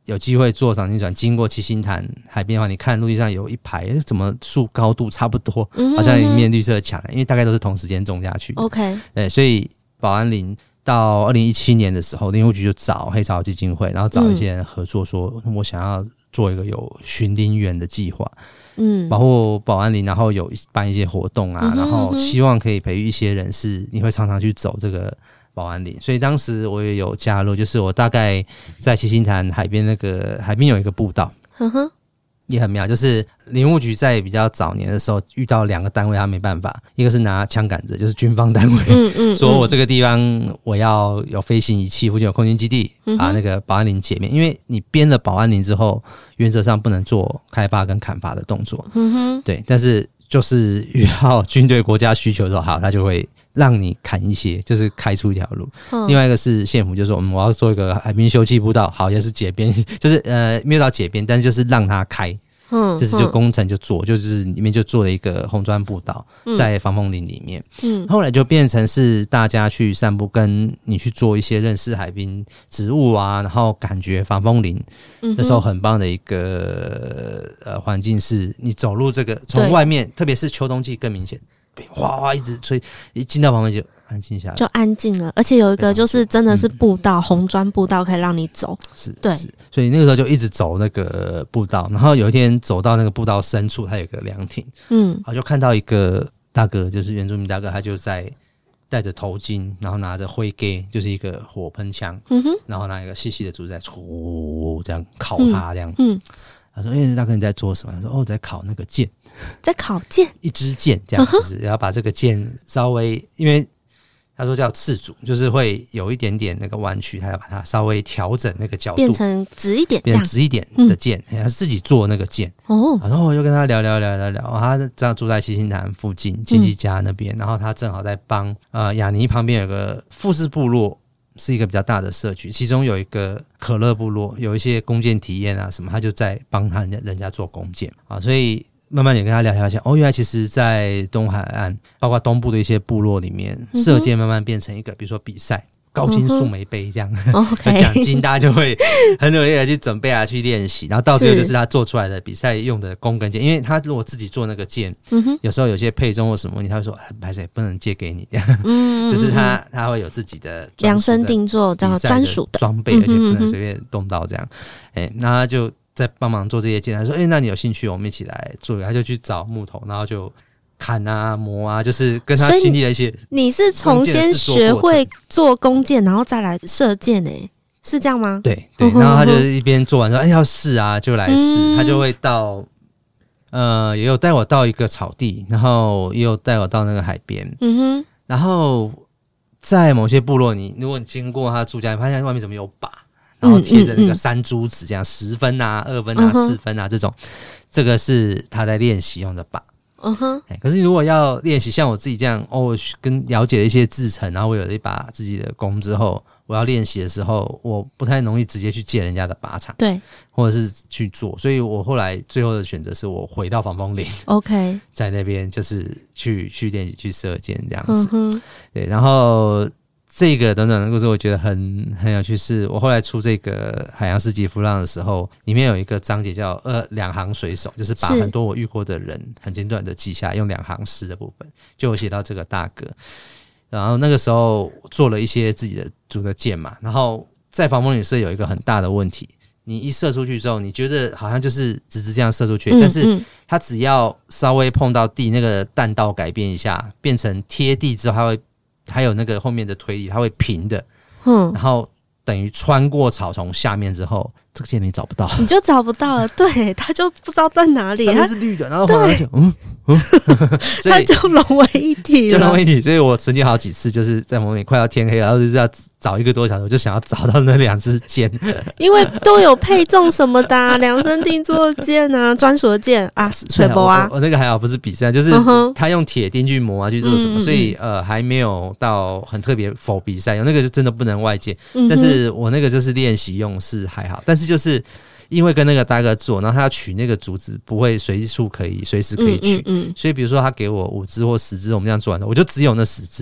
Speaker 2: 有机会坐赏金船经过七星潭海边的话，你看陆地上有一排怎么树高度差不多，好像有一面绿色的墙，因为大概都是同时间种下去。
Speaker 1: OK，
Speaker 2: 对，所以宝安林到2017年的时候，林务局就找黑潮基金会，然后找一些人合作说，我想要做一个有巡林园的计划，保护宝安林，然后有办一些活动啊，然后希望可以培育一些人士，你会常常去走这个宝安林。所以当时我也有加入，就是我大概在七星潭海边海边有一个步道，也很妙，就是林务局在比较早年的时候遇到2个单位，他没办法，一个是拿枪杆子，就是军方单位，说我这个地方我要有飞行仪器，附近有空军基地，把那个宝安林解灭，因为你编了宝安林之后，原则上不能做开发跟砍伐的动作，对，但是就是遇到军队国家需求的时候，好，他就会让你砍一些，就是开出一条路。另外一个是县府，就是我要做一个海滨休憩步道，好，也是解编，就是没有到解编，但是就是让它开，就是就工程就做，就是里面就做了一个红砖步道，在防风林里面。后来就变成是大家去散步，跟你去做一些认识海滨植物啊，然后感觉防风林。那时候很棒的一个环境是，你走路这个从外面，特别是秋冬季更明显。哗哗一直吹，一进到旁边就安静下来，
Speaker 1: 就安静了。而且有一个就是真的是步道，红砖步道可以让你走，
Speaker 2: 是，对，所以那个时候就一直走那个步道，然后有一天走到那个步道深处，它有一个凉亭，我就看到一个大哥，就是原住民大哥，他就在戴着头巾，然后拿着灰给，就是一个火喷枪，然后拿一个细细的竹子在戳，这样烤它这样，他说：“大哥你在做什么？”他说：“我在烤那个箭，
Speaker 1: 在烤箭，
Speaker 2: 一支箭这样子，要把这个箭稍微，因为他说叫刺竹，就是会有一点点那个弯曲，他要把它稍微调整那个角度，
Speaker 1: 变成直一点，
Speaker 2: 变成直一点的箭，他自己做那个箭。然后我就跟他聊，他这样住在七星潭附近亲戚家那边，然后他正好在帮雅尼旁边有个富士部落。”是一个比较大的社区，其中有一个可乐部落，有一些弓箭体验啊什么，他就在帮他人家做弓箭啊，所以慢慢也跟他聊天，原来其实在东海岸，包括东部的一些部落里面，射箭慢慢变成一个，比如说比赛。高金素梅杯这样奖金，大家就会很努力的去准备啊，去练习，然后到最后就是他做出来的比赛用的弓跟箭，因为他如果自己做那个箭，有时候有些配重或什么问题，他会说很抱歉不能借给你这样，就是他会有自己的量身定做这样专属的装备，而且不能随便动到这样，那他就在帮忙做这些箭，他说那你有兴趣我们一起来做，他就去找木头，然后就砍啊磨啊，就是跟他经历了一些。你是从先学会做弓箭，然后再来射箭是这样吗？对对，然后他就一边做完说要试啊，就来试，他就会到也有带我到一个草地，然后也有带我到那个海边，然后在某些部落如果你经过他住家，你发现外面怎么有靶，然后贴着那个3珠子，这样10分啊、2分啊、4分啊这种，这个是他在练习用的靶。可是如果要练习像我自己这样跟了解了一些制程，然后我有了一把自己的弓之后，我要练习的时候，我不太容易直接去借人家的靶场，对，或者是去做，所以我后来最后的选择是我回到防风林 ，OK， 在那边就是去练习去射箭这样子，对，然后。这个等等的故事我觉得很有趣，是我后来出这个海洋四级浮浪的时候，里面有一个章节叫2行水手，就是把很多我遇过的人很简短的记下来，用2行诗的部分就有写到这个大哥。然后那个时候做了一些自己的组的箭嘛，然后在防风林射有一个很大的问题，你一射出去之后，你觉得好像就是直直这样射出去，但是它只要稍微碰到地，那个弹道改变一下，变成贴地之后，它会还有那个后面的推力，它会平的，然后等于穿过草丛下面之后，这个箭你找不到，你就找不到了，对，它就不知道在哪里，它是绿的，然后后来就它就融为一体了，就融为一体。所以我曾经好几次就是在梦里快要天黑了，然后就是要找1个多小时，我就想要找到那2支箭，因为都有配重什么的啊，量身定做箭啊，专属的箭啊，吹波啊。我那个还好不是比赛，就是他用铁钉去磨啊，去做什么，所以还没有到很特别否比赛用，那个就真的不能外借。但是我那个就是练习用是还好，但是就是因为跟那个大哥做，然后他要取那个竹子不会随时可以取，所以比如说他给我5支或10支，我们这样做完了，我就只有那10支。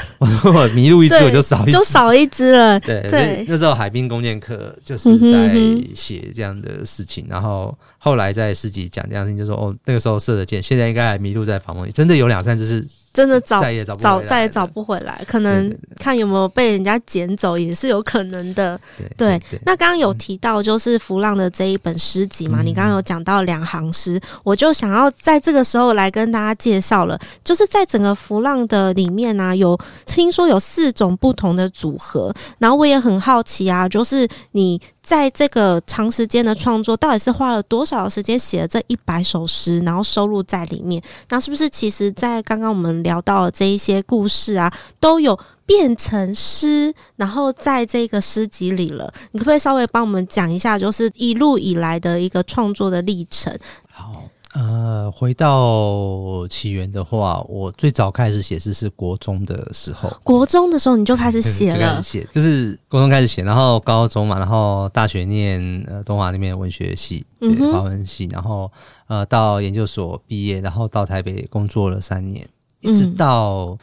Speaker 2: 我迷路一只我就少
Speaker 1: 一只了。
Speaker 2: 对，那时候海滨弓箭课就是在写这样的事情，然后后来在诗集讲这样的事情，就说那个时候射的箭，现在应该还迷路在防风里，真的有2-3只是
Speaker 1: 真的
Speaker 2: 再也
Speaker 1: 找不回来，可能看有没有被人家捡走也是有可能的。对，那刚刚有提到就是浮浪的这一本诗集嘛，你刚刚有讲到2行诗，我就想要在这个时候来跟大家介绍了，就是在整个浮浪的里面啊，听说有4种不同的组合，然后我也很好奇啊，就是你在这个长时间的创作到底是花了多少时间写了这100首诗，然后收录在里面，那是不是其实在刚刚我们聊到的这一些故事啊都有变成诗，然后在这个诗集里了？你可不可以稍微帮我们讲一下就是一路以来的一个创作的历程？
Speaker 2: 好，回到起源的话，我最早开始写诗是国中的时候。国
Speaker 1: 中的时候你就开始写了？
Speaker 2: 就是国中开始写，然后高中嘛，然后大学念东华那边的文学系，对，华文系，然后到研究所毕业，然后到台北工作了3年，一直到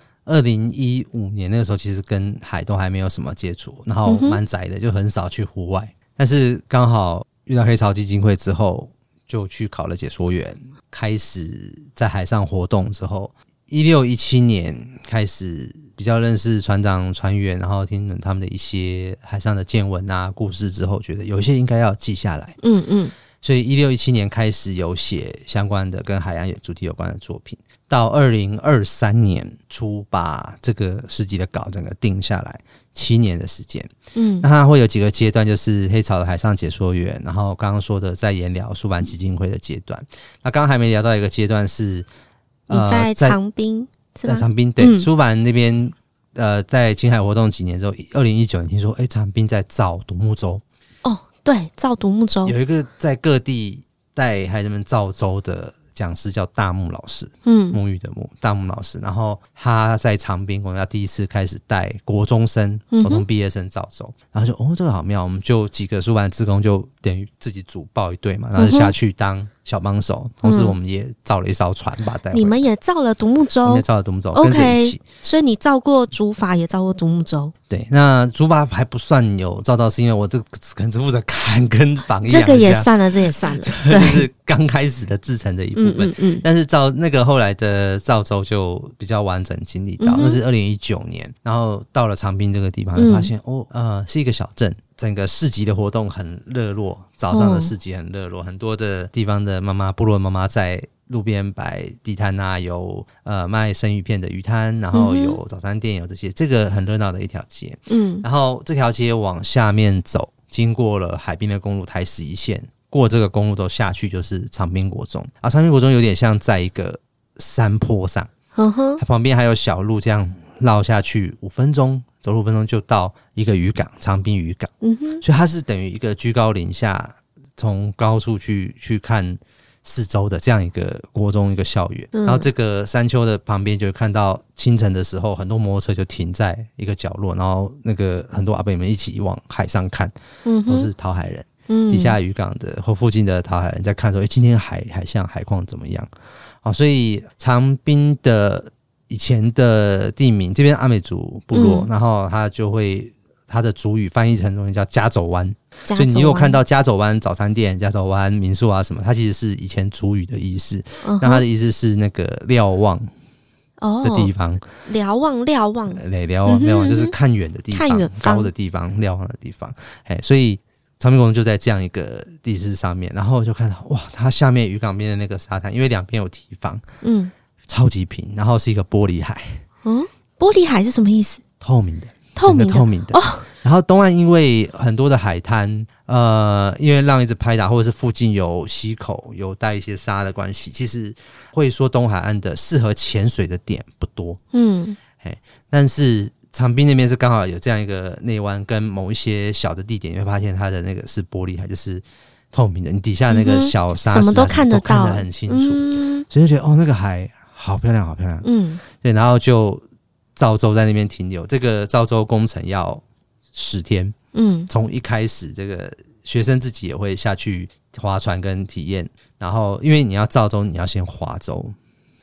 Speaker 2: 2015年那个时候，其实跟海都还没有什么接触，然后蛮宅的，就很少去户外。但是刚好遇到黑潮基金会之后，就去考了解说员，开始在海上活动之后，16、17年开始比较认识船长、船员，然后听他们的一些海上的见闻啊、故事之后，觉得有一些应该要记下来。所以16、17年开始有写相关的跟海洋主题有关的作品，到2023年初把这个诗集的稿整个定下来，7年的时间。那它会有几个阶段，就是黑潮的海上解说员，然后刚刚说的在研聊书版基金会的阶段。那刚刚还没聊到一个阶段是
Speaker 1: 你在长滨，
Speaker 2: 在长滨，对，书版那边在青海活动几年之后，2019年听说长滨在造独木舟。
Speaker 1: 对，造独木舟，
Speaker 2: 有一个在各地带孩子们造舟的讲师叫大木老师，沐浴的沐，大木老师。然后他在长滨，我们要第一次开始带国中生、国中毕业生造舟，然后就这个好妙，我们就几个书版志工就等于自己组报一队嘛，然后就下去当小帮手，同时我们也造了一艘船把它带回来。
Speaker 1: 你们也造了独木舟？
Speaker 2: 我们也造了独木舟，跟着一起。
Speaker 1: 所以你造过竹筏，也造过独木舟。
Speaker 2: 对，那竹筏还不算有造到，是因为我这可能只负责砍跟绑一样。
Speaker 1: 这个也算了，这也算了，对，
Speaker 2: 就是刚开始的制成的一部分。但是那个后来的造舟就比较完整经历到，那是2019年，然后到了长滨这个地方，就发现是一个小镇。整个市集的活动很热络，早上的市集很热络，很多的地方的妈妈，部落的妈妈在路边摆地摊啊，有卖生鱼片的鱼摊，然后有早餐店，有这个很热闹的一条街。然后这条街往下面走，经过了海滨的公路台11线，过这个公路都下去就是长滨国中啊。长滨国中有点像在一个山坡上，它旁边还有小路，这样绕下去5分钟。走路5分钟就到一个渔港，长滨渔港。所以它是等于一个居高临下，从高处去看四周的这样一个国中一个校园。然后这个山丘的旁边就会看到清晨的时候，很多摩托车就停在一个角落，然后那个很多阿伯们一起往海上看，都是讨海人。底下渔港的或附近的讨海人在看说，今天海象海况怎么样？所以长滨的以前的地名，这边阿美族部落，然后他就会他的族语翻译成中文叫加走湾，所以你如果看到加走湾早餐店、加走湾民宿啊什么，它其实是以前族语的意思。那它的意思是那个瞭望的地方，瞭望对，瞭望就是看远的地方，高的地方，瞭望的地方。所以长滨国中就在这样一个地势上面，然后就看到哇，它下面渔港边的那个沙滩，因为两边有堤防，超级平，然后是一个玻璃海。
Speaker 1: 玻璃海是什么意思？
Speaker 2: 透明的。然后东岸因为很多的海滩，因为浪一直拍打，或者是附近有溪口，有带一些沙的关系，其实会说东海岸的适合潜水的点不多。但是长滨那边是刚好有这样一个内湾，跟某一些小的地点，你会发现它的那个是玻璃海，就是透明的，你底下那个小沙石什么都看得到，都看得很清楚。所以就觉得那个海好漂亮，好漂亮。对，然后就造舟在那边停留，这个造舟工程要10天。从一开始这个学生自己也会下去划船跟体验，然后因为你要造舟，你要先划舟，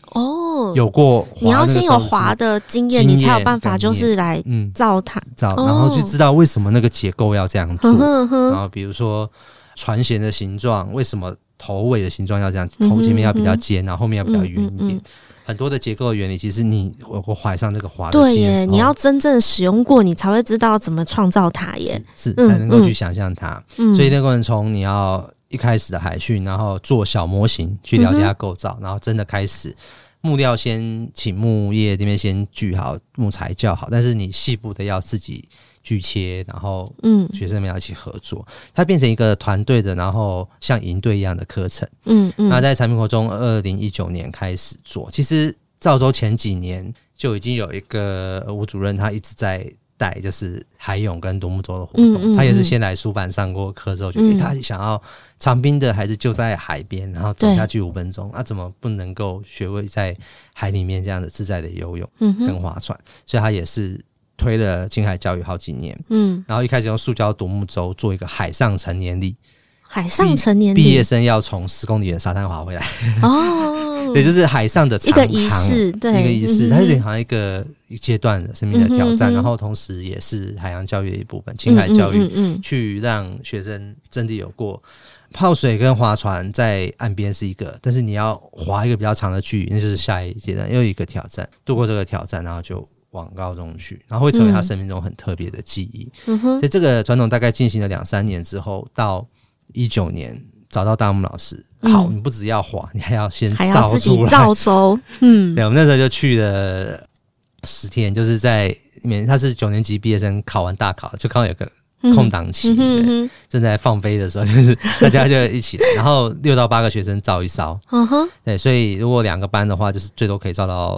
Speaker 1: 哦，
Speaker 2: 有过
Speaker 1: 你要先有滑的经验，你才有办法就是来造它，
Speaker 2: 然后就知道为什么那个结构要这样做。然后比如说船舷的形状，为什么头尾的形状要这样，头前面要比较尖，然后后面要比较圆一点。很多的结构的原理，其实你有过怀上这个滑的经验的时候，
Speaker 1: 对耶，你要真正使用过，你才会知道怎么创造它耶，
Speaker 2: 是才能够去想象它。所以那个过程从你要一开始的海训，然后做小模型去了解它构造，然后真的开始木料先请木业这边先锯好，木材校好，但是你细部的要自己锯切，然后学生们要一起合作，它变成一个团队的，然后像营队一样的课程。那在产品国中2019年开始做，其实造州前几年就已经有一个吴主任，他一直在带就是海泳跟独木舟的活动，他也是先来书版上过课之后，觉得他想要长滨的孩子就在海边，然后走下去5分钟，怎么不能够学会在海里面这样的自在的游泳跟划船，所以他也是推了近海教育好几年，然后一开始用塑胶独木舟做一个海上成年礼，
Speaker 1: 海上成年礼，
Speaker 2: 毕业生要从10公里的沙滩划回来哦，对，就是海上的长航，
Speaker 1: 一个仪式，对，
Speaker 2: 一个仪式，它是好像一个阶段的生命的挑战，然后同时也是海洋教育的一部分，近海教育，去让学生真的有过泡水跟划船在岸边是一个，但是你要划一个比较长的距离，那就是下一阶段又一个挑战，度过这个挑战，然后就往高中去，然后会成为他生命中很特别的记忆。所以这个传统大概进行了2-3年之后，到19年找到大木老师，好，你不只要滑，你还要先造出来，还要自己
Speaker 1: 造舟。对，
Speaker 2: 我们那时候就去了10天，就是在里面，他是9年级毕业生，考完大考就刚好有个空档期，正在放飞的时候，就是大家就一起来，然后6到8个学生造一艘，对，所以如果2个班的话，就是最多可以造到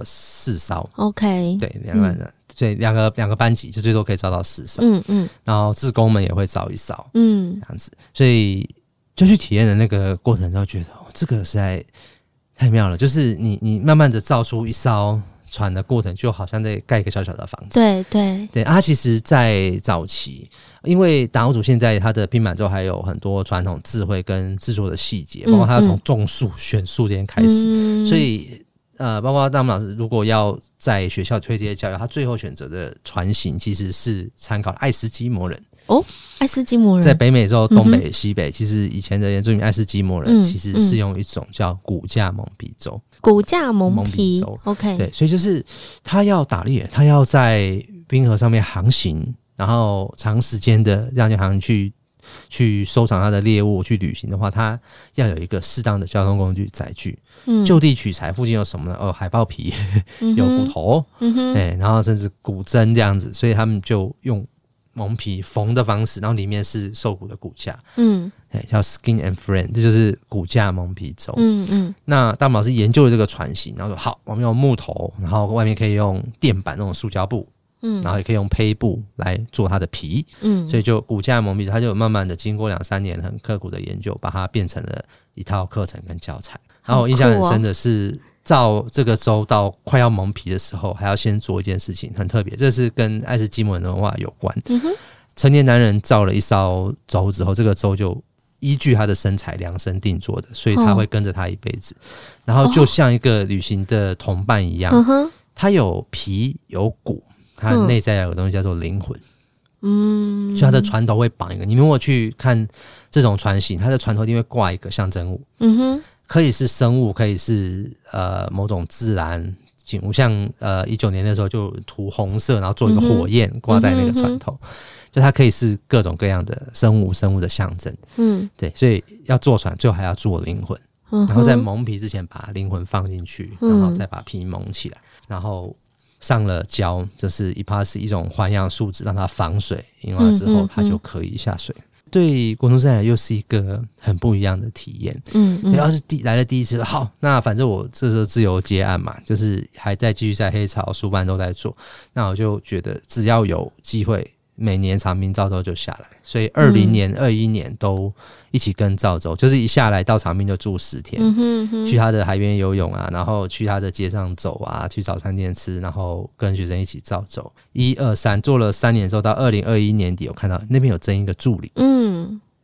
Speaker 2: 4艘 ，OK， 对，2个班的，所以两个班级就最多可以造到4艘，然后志工们也会造一艘，这样子，所以就去体验的那个过程中，觉得这个实在太妙了，就是你慢慢的造出一艘船的过程，就好像在盖一个小小的房子。对对对，其实在早期，因为达悟族现在它的拼板舟还有很多传统智慧跟制作的细节，包括它要从种树、选树这边开始，所以包括大木老师如果要在学校推这些教育，他最后选择的船型其实是参考爱斯基摩人。
Speaker 1: 爱斯基摩人
Speaker 2: 在北美洲东北、西北，其实以前的原住民爱斯基摩人其实是用一种叫骨架蒙皮舟，
Speaker 1: 骨架蒙皮舟 ，OK，
Speaker 2: 对，所以就是他要打猎，他要在冰河上面航行，然后长时间的让航行去收藏他的猎物，去旅行的话，他要有一个适当的交通工具载具，就地取材，附近有什么呢？海豹皮，有骨头，然后甚至骨针这样子，所以他们就用蒙皮缝的方式，然后里面是兽骨的骨架，叫 skin and frame， 这就是骨架蒙皮舟。那大木老师研究了这个船型，然后说好，我们用木头，然后外面可以用垫板那种塑胶布，然后也可以用胚布来做它的皮，所以就骨架蒙皮舟，它就慢慢的经过2-3年很刻苦的研究，把它变成了一套课程跟教材。然后我印象很深的是，造这个舟到快要蒙皮的时候，还要先做一件事情，很特别，这是跟爱斯基摩人的文化有关。成年男人造了一艘舟之后，这个舟就依据他的身材量身定做的，所以他会跟着他一辈子，然后就像一个旅行的同伴一样，他有皮有骨，他内在有个东西叫做灵魂。所以他的船头会绑一个，你如果去看这种船型，他的船头一定会挂一个象征物，可以是生物，可以是某种自然景物，像19年的时候就涂红色，然后做一个火焰挂在那个船头，就它可以是各种各样的生物的象征。对，所以要做船最后还要做灵魂，然后在蒙皮之前把灵魂放进去，然后再把皮蒙起来，然后上了胶，就是epoxy一种环氧树脂，让它防水，硬化之后它就可以下水。对国中生来又是一个很不一样的体验。要是来了第一次，好，那反正我这时候自由接案嘛，就是还在继续在黑潮书班都在做，那我就觉得只要有机会，每年长滨造舟就下来，所以20年、21年都一起跟造舟，就是一下来到长滨就住10天，去他的海边游泳啊，然后去他的街上走啊，去早餐店吃，然后跟学生一起造舟，1、2、3做了3年之后，到2021年底，我看到那边有征一个助理，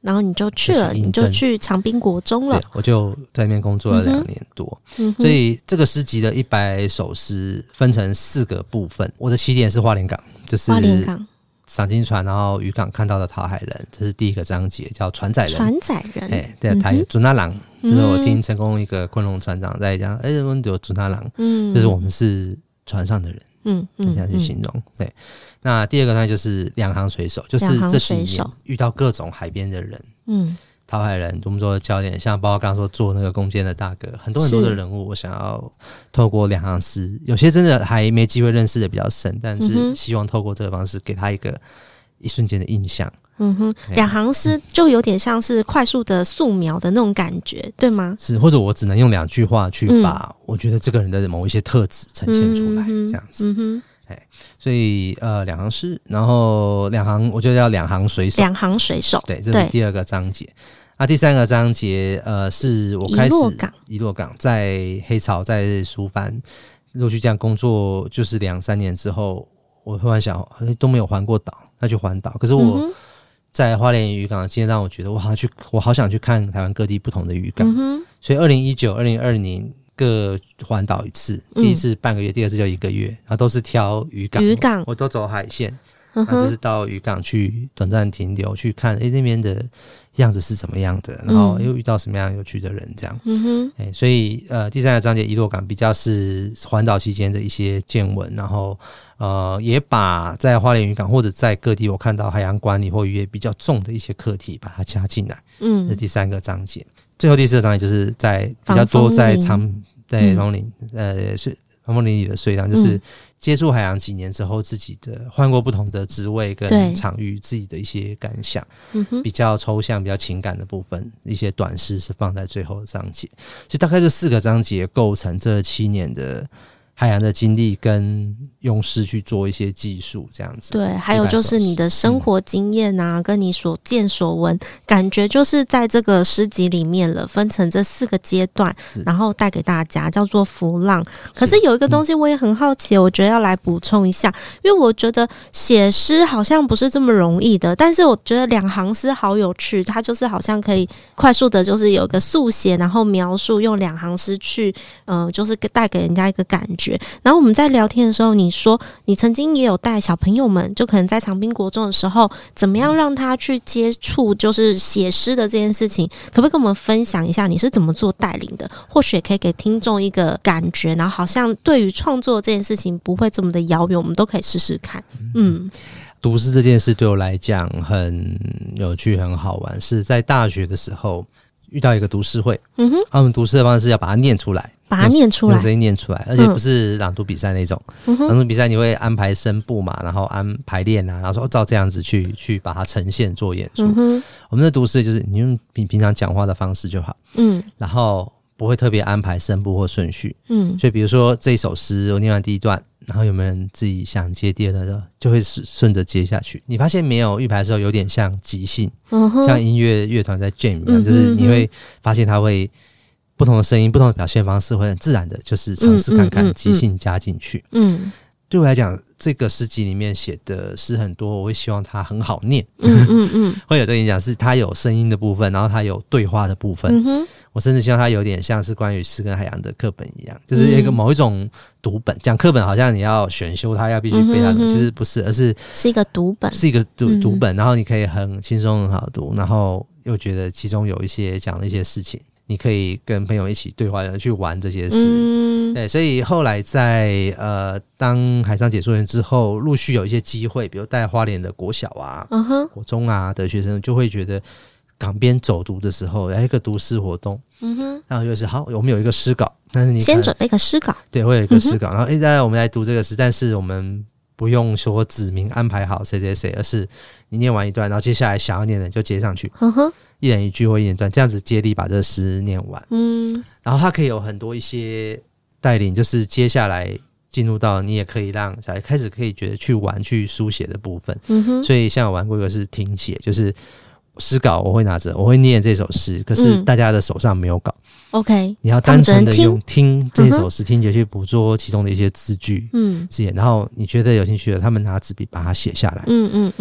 Speaker 1: 然后你就去了，你就去长滨国中了。
Speaker 2: 对，我就在那边工作了2年多。所以这个诗集的100首诗分成4个部分。我的起点是花莲港，就是
Speaker 1: 花莲港
Speaker 2: 赏金船，然后渔港看到的讨海人，这是第一个章节，叫船仔人。
Speaker 1: 船仔人，
Speaker 2: 对，台语准阿郎，就是我听成功一个昆龙船长在讲，我们有准阿郎，就是我们是船上的人，这样去形容。对，那第二个呢，就是两行水手，就是这几年遇到各种海边的人，讨海人，我们说教练，像包括刚刚说做那个攻坚的大哥，很多的人物，我想要透过两行诗，有些真的还没机会认识的比较深，但是希望透过这个方式给他一瞬间的印象。
Speaker 1: 两行诗就有点像是快速的素描的那种感觉，对吗？
Speaker 2: 是，或者我只能用2句话去把我觉得这个人的某一些特质呈现出来，这样子。所以两行诗，然后我就叫两行水手。两
Speaker 1: 行水手，
Speaker 2: 对，这是第2个章节。那第3个章节是我开始遗落港在黑潮在苏帆陆续这样工作，就是2-3年之后，我突然想都没有环过岛，那就环岛。可是我在花莲渔港的经验让我觉得我好想去看台湾各地不同的渔港，所以2019、2020各环岛一次，第一次半个月，第二次就1个月，然后都是挑渔港，我都走海线，就是到渔港去短暂停留，去看那边的样子是怎么样的，然后又遇到什么样有趣的人，这样。所以第3个章节遗落港比较是环岛期间的一些见闻，然后也把在花莲渔港或者在各地我看到海洋管理或渔业比较重的一一些课题把它加进来。这是第3个章节。最后第4个章节就是在比较多在对防风林里的水量，就是接触海洋几年之后，自己的换过不同的职位跟场域，自己的一些感想，比较抽象、比较情感的部分，一些短诗是放在最后的章节。所以大概这4个章节构成这7年的海洋的经历，跟用诗去做一些技术，这样子。对，
Speaker 1: 还有就是你的生活经验啊，跟你所见所闻，感觉就是在这个诗集里面了，分成这4个阶段，然后带给大家，叫做浮浪。可是有一个东西我也很好奇，我觉得要来补充一下，因为我觉得写诗好像不是这么容易的，但是我觉得两行诗好有趣，它就是好像可以快速的，就是有一个速写，然后描述，用两行诗去，就是带给人家一个感觉。然后我们在聊天的时候，你说你曾经也有带小朋友们，就可能在长滨国中的时候，怎么样让他去接触就是写诗的这件事情，可不可以跟我们分享一下你是怎么做带领的？或许也可以给听众一个感觉，然后好像对于创作这件事情不会这么的遥远，我们都可以试试看。
Speaker 2: 读诗这件事对我来讲很有趣很好玩，是在大学的时候遇到一个读诗会，他们读诗的方式要把它念出来，用声音念出来，而且不是朗读比赛那种。朗读比赛你会安排声部嘛，然后排练啊，然后说照这样子去把它呈现做演出。我们的读诗就是你用平常讲话的方式就好，然后不会特别安排声部或顺序。所以比如说这一首诗我念完第1段，然后有没有人自己想接第2段的，就会顺着接下去。你发现没有，预排的时候有点像即兴，像音乐团在 jam 一样，就是你会发现它会不同的声音、不同的表现方式，会很自然的，就是尝试看看即兴加进去。对我来讲，这个诗集里面写的诗很多，我会希望它很好念。会有这个影响，是它有声音的部分，然后它有对话的部分。我甚至希望它有点像是关于诗跟海洋的课本一样，就是一个某一种读本。讲课本好像你要选修它，要必须背它，其实不是，而是
Speaker 1: 一个读本，
Speaker 2: 是一个读本，然后你可以很轻松很好读，然后又觉得其中有一些讲的一些事情，你可以跟朋友一起对话，去玩这些事。对，所以后来在当海上解说员之后，陆续有一些机会，比如带花莲的国小啊、国中啊的学生，就会觉得港边走读的时候有一个读诗活动。然后就是好，我们有一个诗稿，但是你
Speaker 1: 先准备一个诗稿，
Speaker 2: 对，会有一个诗稿，然后我们来读这个诗，但是我们不用说指明安排好谁谁谁，而是你念完1段，然后接下来想要念的人就接上去，一人1句或一人1段，这样子接力把这个诗念完。然后它可以有很多一些带领，就是接下来进入到你也可以让小孩开始可以觉得去玩去书写的部分。所以像我玩过一个是听写，就是诗稿我会拿着，我会念这首诗，可是大家的手上没有稿。
Speaker 1: OK，
Speaker 2: 你要单纯的用听这首诗听觉去捕捉其中的一些字句字眼，然后你觉得有兴趣的，他们拿纸笔把它写下来。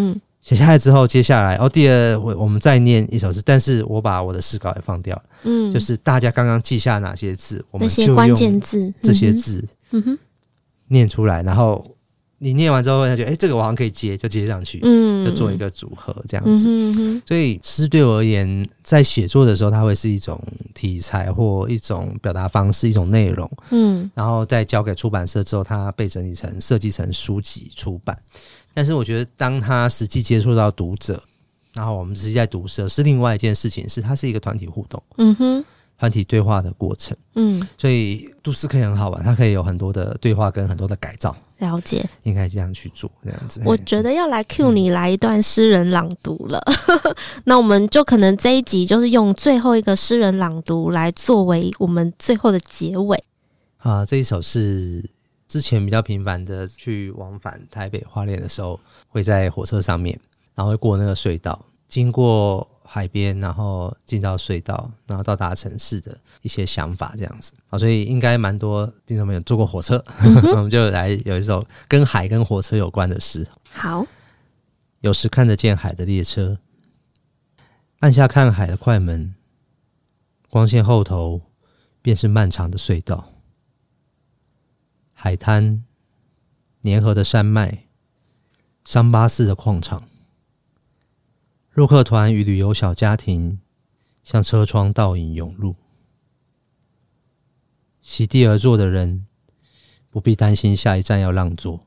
Speaker 2: 写下来之后，接下来第二我们再念一首诗，但是我把我的诗稿也放掉了，就是大家刚刚记下哪些字，我们就用
Speaker 1: 关键字
Speaker 2: 这些字念出来，然后你念完之后，他觉得这个我好像可以接，就接上去，就做一个组合这样子。所以诗对我而言，在写作的时候，它会是一种题材或一种表达方式，一种内容。然后再交给出版社之后，它被整理成设计成书籍出版。但是我觉得，当它实际接触到读者，然后我们实际在读社，是另外一件事情，是它是一个团体互动。团体对话的过程，所以读诗可以很好玩，它可以有很多的对话跟很多的改造。
Speaker 1: 了解，
Speaker 2: 应该这样去做，这样子。
Speaker 1: 我觉得要来 cue 你来一段诗人朗读了，那我们就可能这一集就是用最后一个诗人朗读来作为我们最后的结尾。
Speaker 2: 这一首是之前比较频繁的去往返台北花莲的时候，会在火车上面，然后会过那个隧道，经过海边，然后进到隧道，然后到达城市的一些想法这样子。所以应该蛮多听众朋友坐过火车，我们就来有一首跟海跟火车有关的诗。
Speaker 1: 好，
Speaker 2: 有时看得见海的列车，按下看海的快门，光线后头便是漫长的隧道。海滩，粘合的山脉，桑巴似的矿场，陆客团与旅游小家庭向车窗倒影涌入。席地而坐的人不必担心下一站要让座。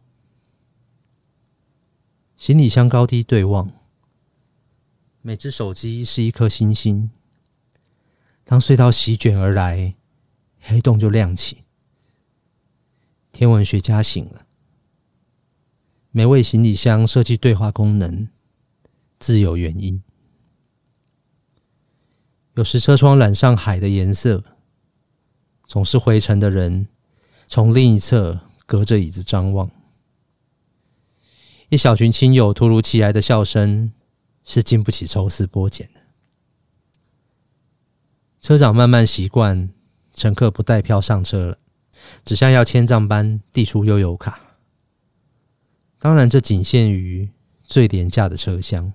Speaker 2: 行李箱高低对望，每只手机是一颗星星。当隧道席卷而来，黑洞就亮起。天文学家醒了，每位行李箱设计对话功能，自有原因。有时车窗染上海的颜色，总是回程的人从另一侧隔着椅子张望。一小群亲友突如其来的笑声，是经不起抽丝剥茧的。车长慢慢习惯，乘客不带票上车了，只像要签账般递出悠游卡。当然，这仅限于最廉价的车厢。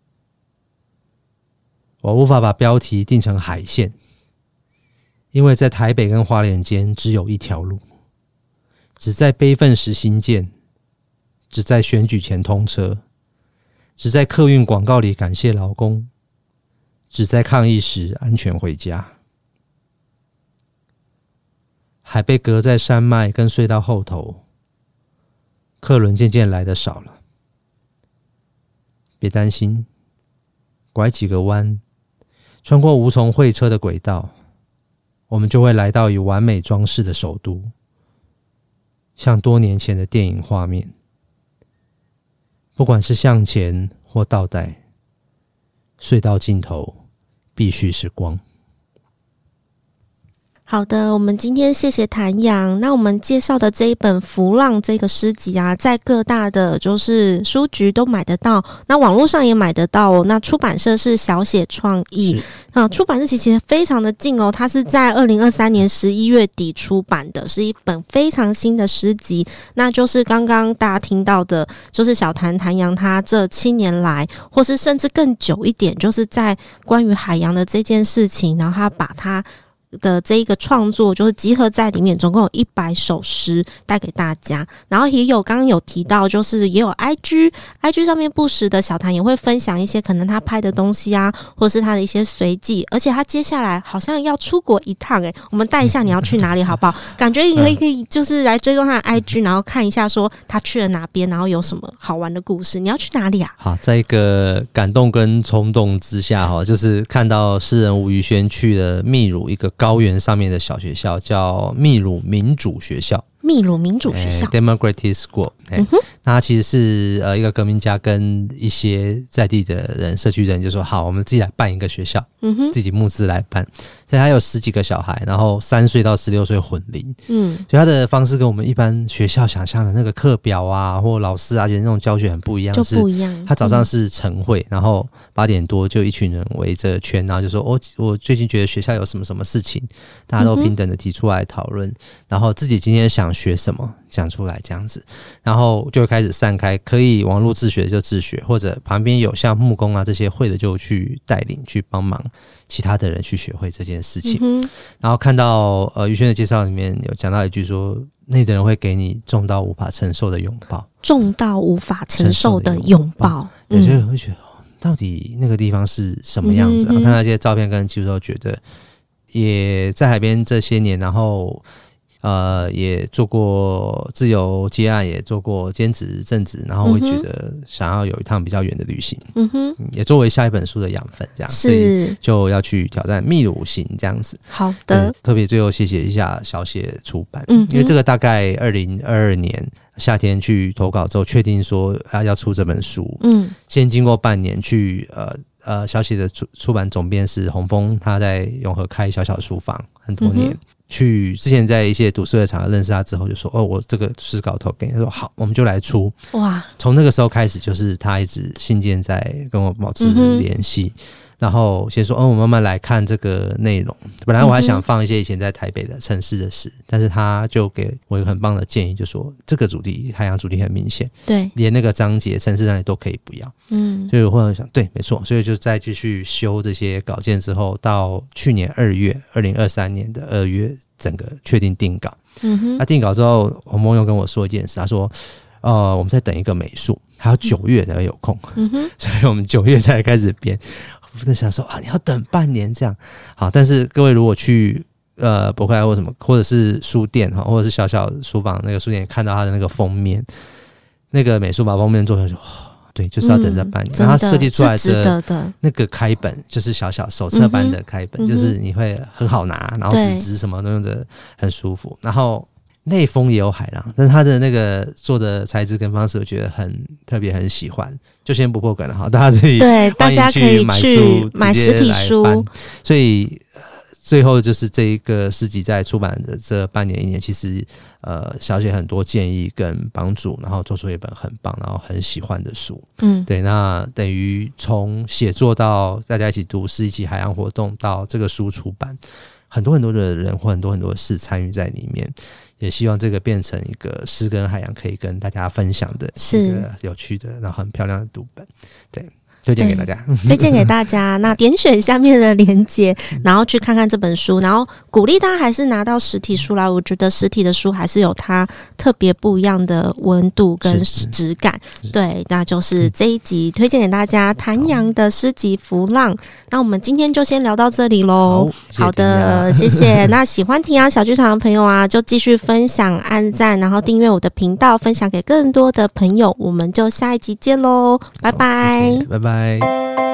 Speaker 2: 我无法把标题定成海线，因为在台北跟花莲间只有一条路，只在悲愤时兴建，只在选举前通车，只在客运广告里感谢劳工，只在抗议时安全回家。海被隔在山脉跟隧道后头，客轮渐渐来得少了。别担心，拐几个弯，穿过无从会车的轨道，我们就会来到以完美装饰的首都，像多年前的电影画面。不管是向前或倒带，隧道尽头必须是光。
Speaker 1: 好的，我们今天谢谢谭阳。那我们介绍的这一本《浮浪》这个诗集啊，在各大的就是书局都买得到，那网络上也买得到哦。那出版社是小写创意，出版日期其实非常的近哦，它是在2023年11月底出版的，是一本非常新的诗集。那就是刚刚大家听到的，就是小谭阳他这7年来，或是甚至更久一点，就是在关于海洋的这件事情，然后他把他的这一个创作就是集合在里面，总共有100首诗带给大家。然后也有刚刚有提到，就是也有 IG 上面不时的小谭也会分享一些可能他拍的东西啊，或是他的一些随记。而且他接下来好像要出国一趟我们带一下你要去哪里好不好？感觉你可以就是来追踪他的 IG， 然后看一下说他去了哪边，然后有什么好玩的故事。你要去哪里啊？
Speaker 2: 好，在一个感动跟冲动之下就是看到诗人吴宇轩去了秘鲁一个高原上面的小学校，叫秘鲁民主学校。
Speaker 1: 秘鲁民主学校
Speaker 2: Democratic School。那其实是一个革命家跟一些在地的人、社区人就说好，我们自己来办一个学校，自己募资来办。 所以他有10几个小孩，然后3岁到16岁混龄，所以他的方式跟我们一般学校想象的那个课表啊，或老师啊，觉得那种教学很不一样，
Speaker 1: 就不一样。
Speaker 2: 他早上是晨会，然后8点多就一群人围着圈，然后就说我最近觉得学校有什么什么事情，大家都平等的提出来讨论，然后自己今天想学什么讲出来这样子，然后就会开始散开，可以网络自学的就自学，或者旁边有像木工啊这些会的就去带领去帮忙其他的人去学会这件事情。然后看到于轩的介绍里面有讲到一句说，那的人会给你重到无法承受的拥抱，
Speaker 1: 重到无法承受的拥抱。
Speaker 2: 有些人会觉得到底那个地方是什么样子，然后看那些照片跟记录都觉得也在海边这些年，然后也做过自由接案，也做过兼职正职，然后会觉得想要有一趟比较远的旅行，也作为下一本书的养分，这样，所以就要去挑战秘鲁行这样子。
Speaker 1: 好的，
Speaker 2: 特别最后谢谢一下小写出版，因为这个大概2022年夏天去投稿之后，确定说要出这本书，先经过半年去小写的出版总编是洪峰，他在永和开小小书房很多年。去之前在一些读书会场合认识他之后，就说我这个诗稿投给你，他说好，我们就来出。哇！从那个时候开始，就是他一直信件在跟我保持联系，然后先说我慢慢来看这个内容。本来我还想放一些以前在台北的城市的诗，但是他就给我一个很棒的建议，就说这个主题海洋主题很明显，对，连那个章节城市那里都可以不要。所以我后来想，对，没错，所以就再继续修这些稿件之后，到去年2月，2023年的2月，整个确定定稿。他定稿之后，洪梦又跟我说一件事，他说我们在等一个美术，还有9月才会有空，所以我们9月才开始编。我在想说你要等半年这样。好，但是各位如果去博客来或什么，或者是书店或者是小小书房那个书店，看到他的那个封面，那个美术把封面做出来就对，就是要等这半年。然后他设计出来的那个开本，就是小小手册般的开本，就是你会很好拿，然后纸质什么都用的很舒服。然后内封也有海浪，但是他的那个做的材质跟方式，我觉得很特别，很喜欢。就先不破梗了，大家自己
Speaker 1: 对，大家可以去买实体书。
Speaker 2: 所以最后就是这一个诗集在出版的这半年1年，其实小写很多建议跟帮助，然后做出一本很棒然后很喜欢的书。对，那等于从写作到大家一起读诗，一起海洋活动，到这个书出版，很多很多的人或很多很多的事参与在里面，也希望这个变成一个诗跟海洋可以跟大家分享的一个有趣的然后很漂亮的读本。对，推荐给大家，
Speaker 1: 推荐给大家。那点选下面的连结，然后去看看这本书，然后鼓励大家还是拿到实体书来。我觉得实体的书还是有它特别不一样的温度跟质感。对，那就是这一集推荐给大家谭阳的诗集《浮浪》。那我们今天就先聊到这里咯。好的，谢谢。那喜欢庭阳小剧场的朋友啊，就继续分享、按赞，然后订阅我的频道，分享给更多的朋友。我们就下一集见咯，拜拜，
Speaker 2: 拜拜。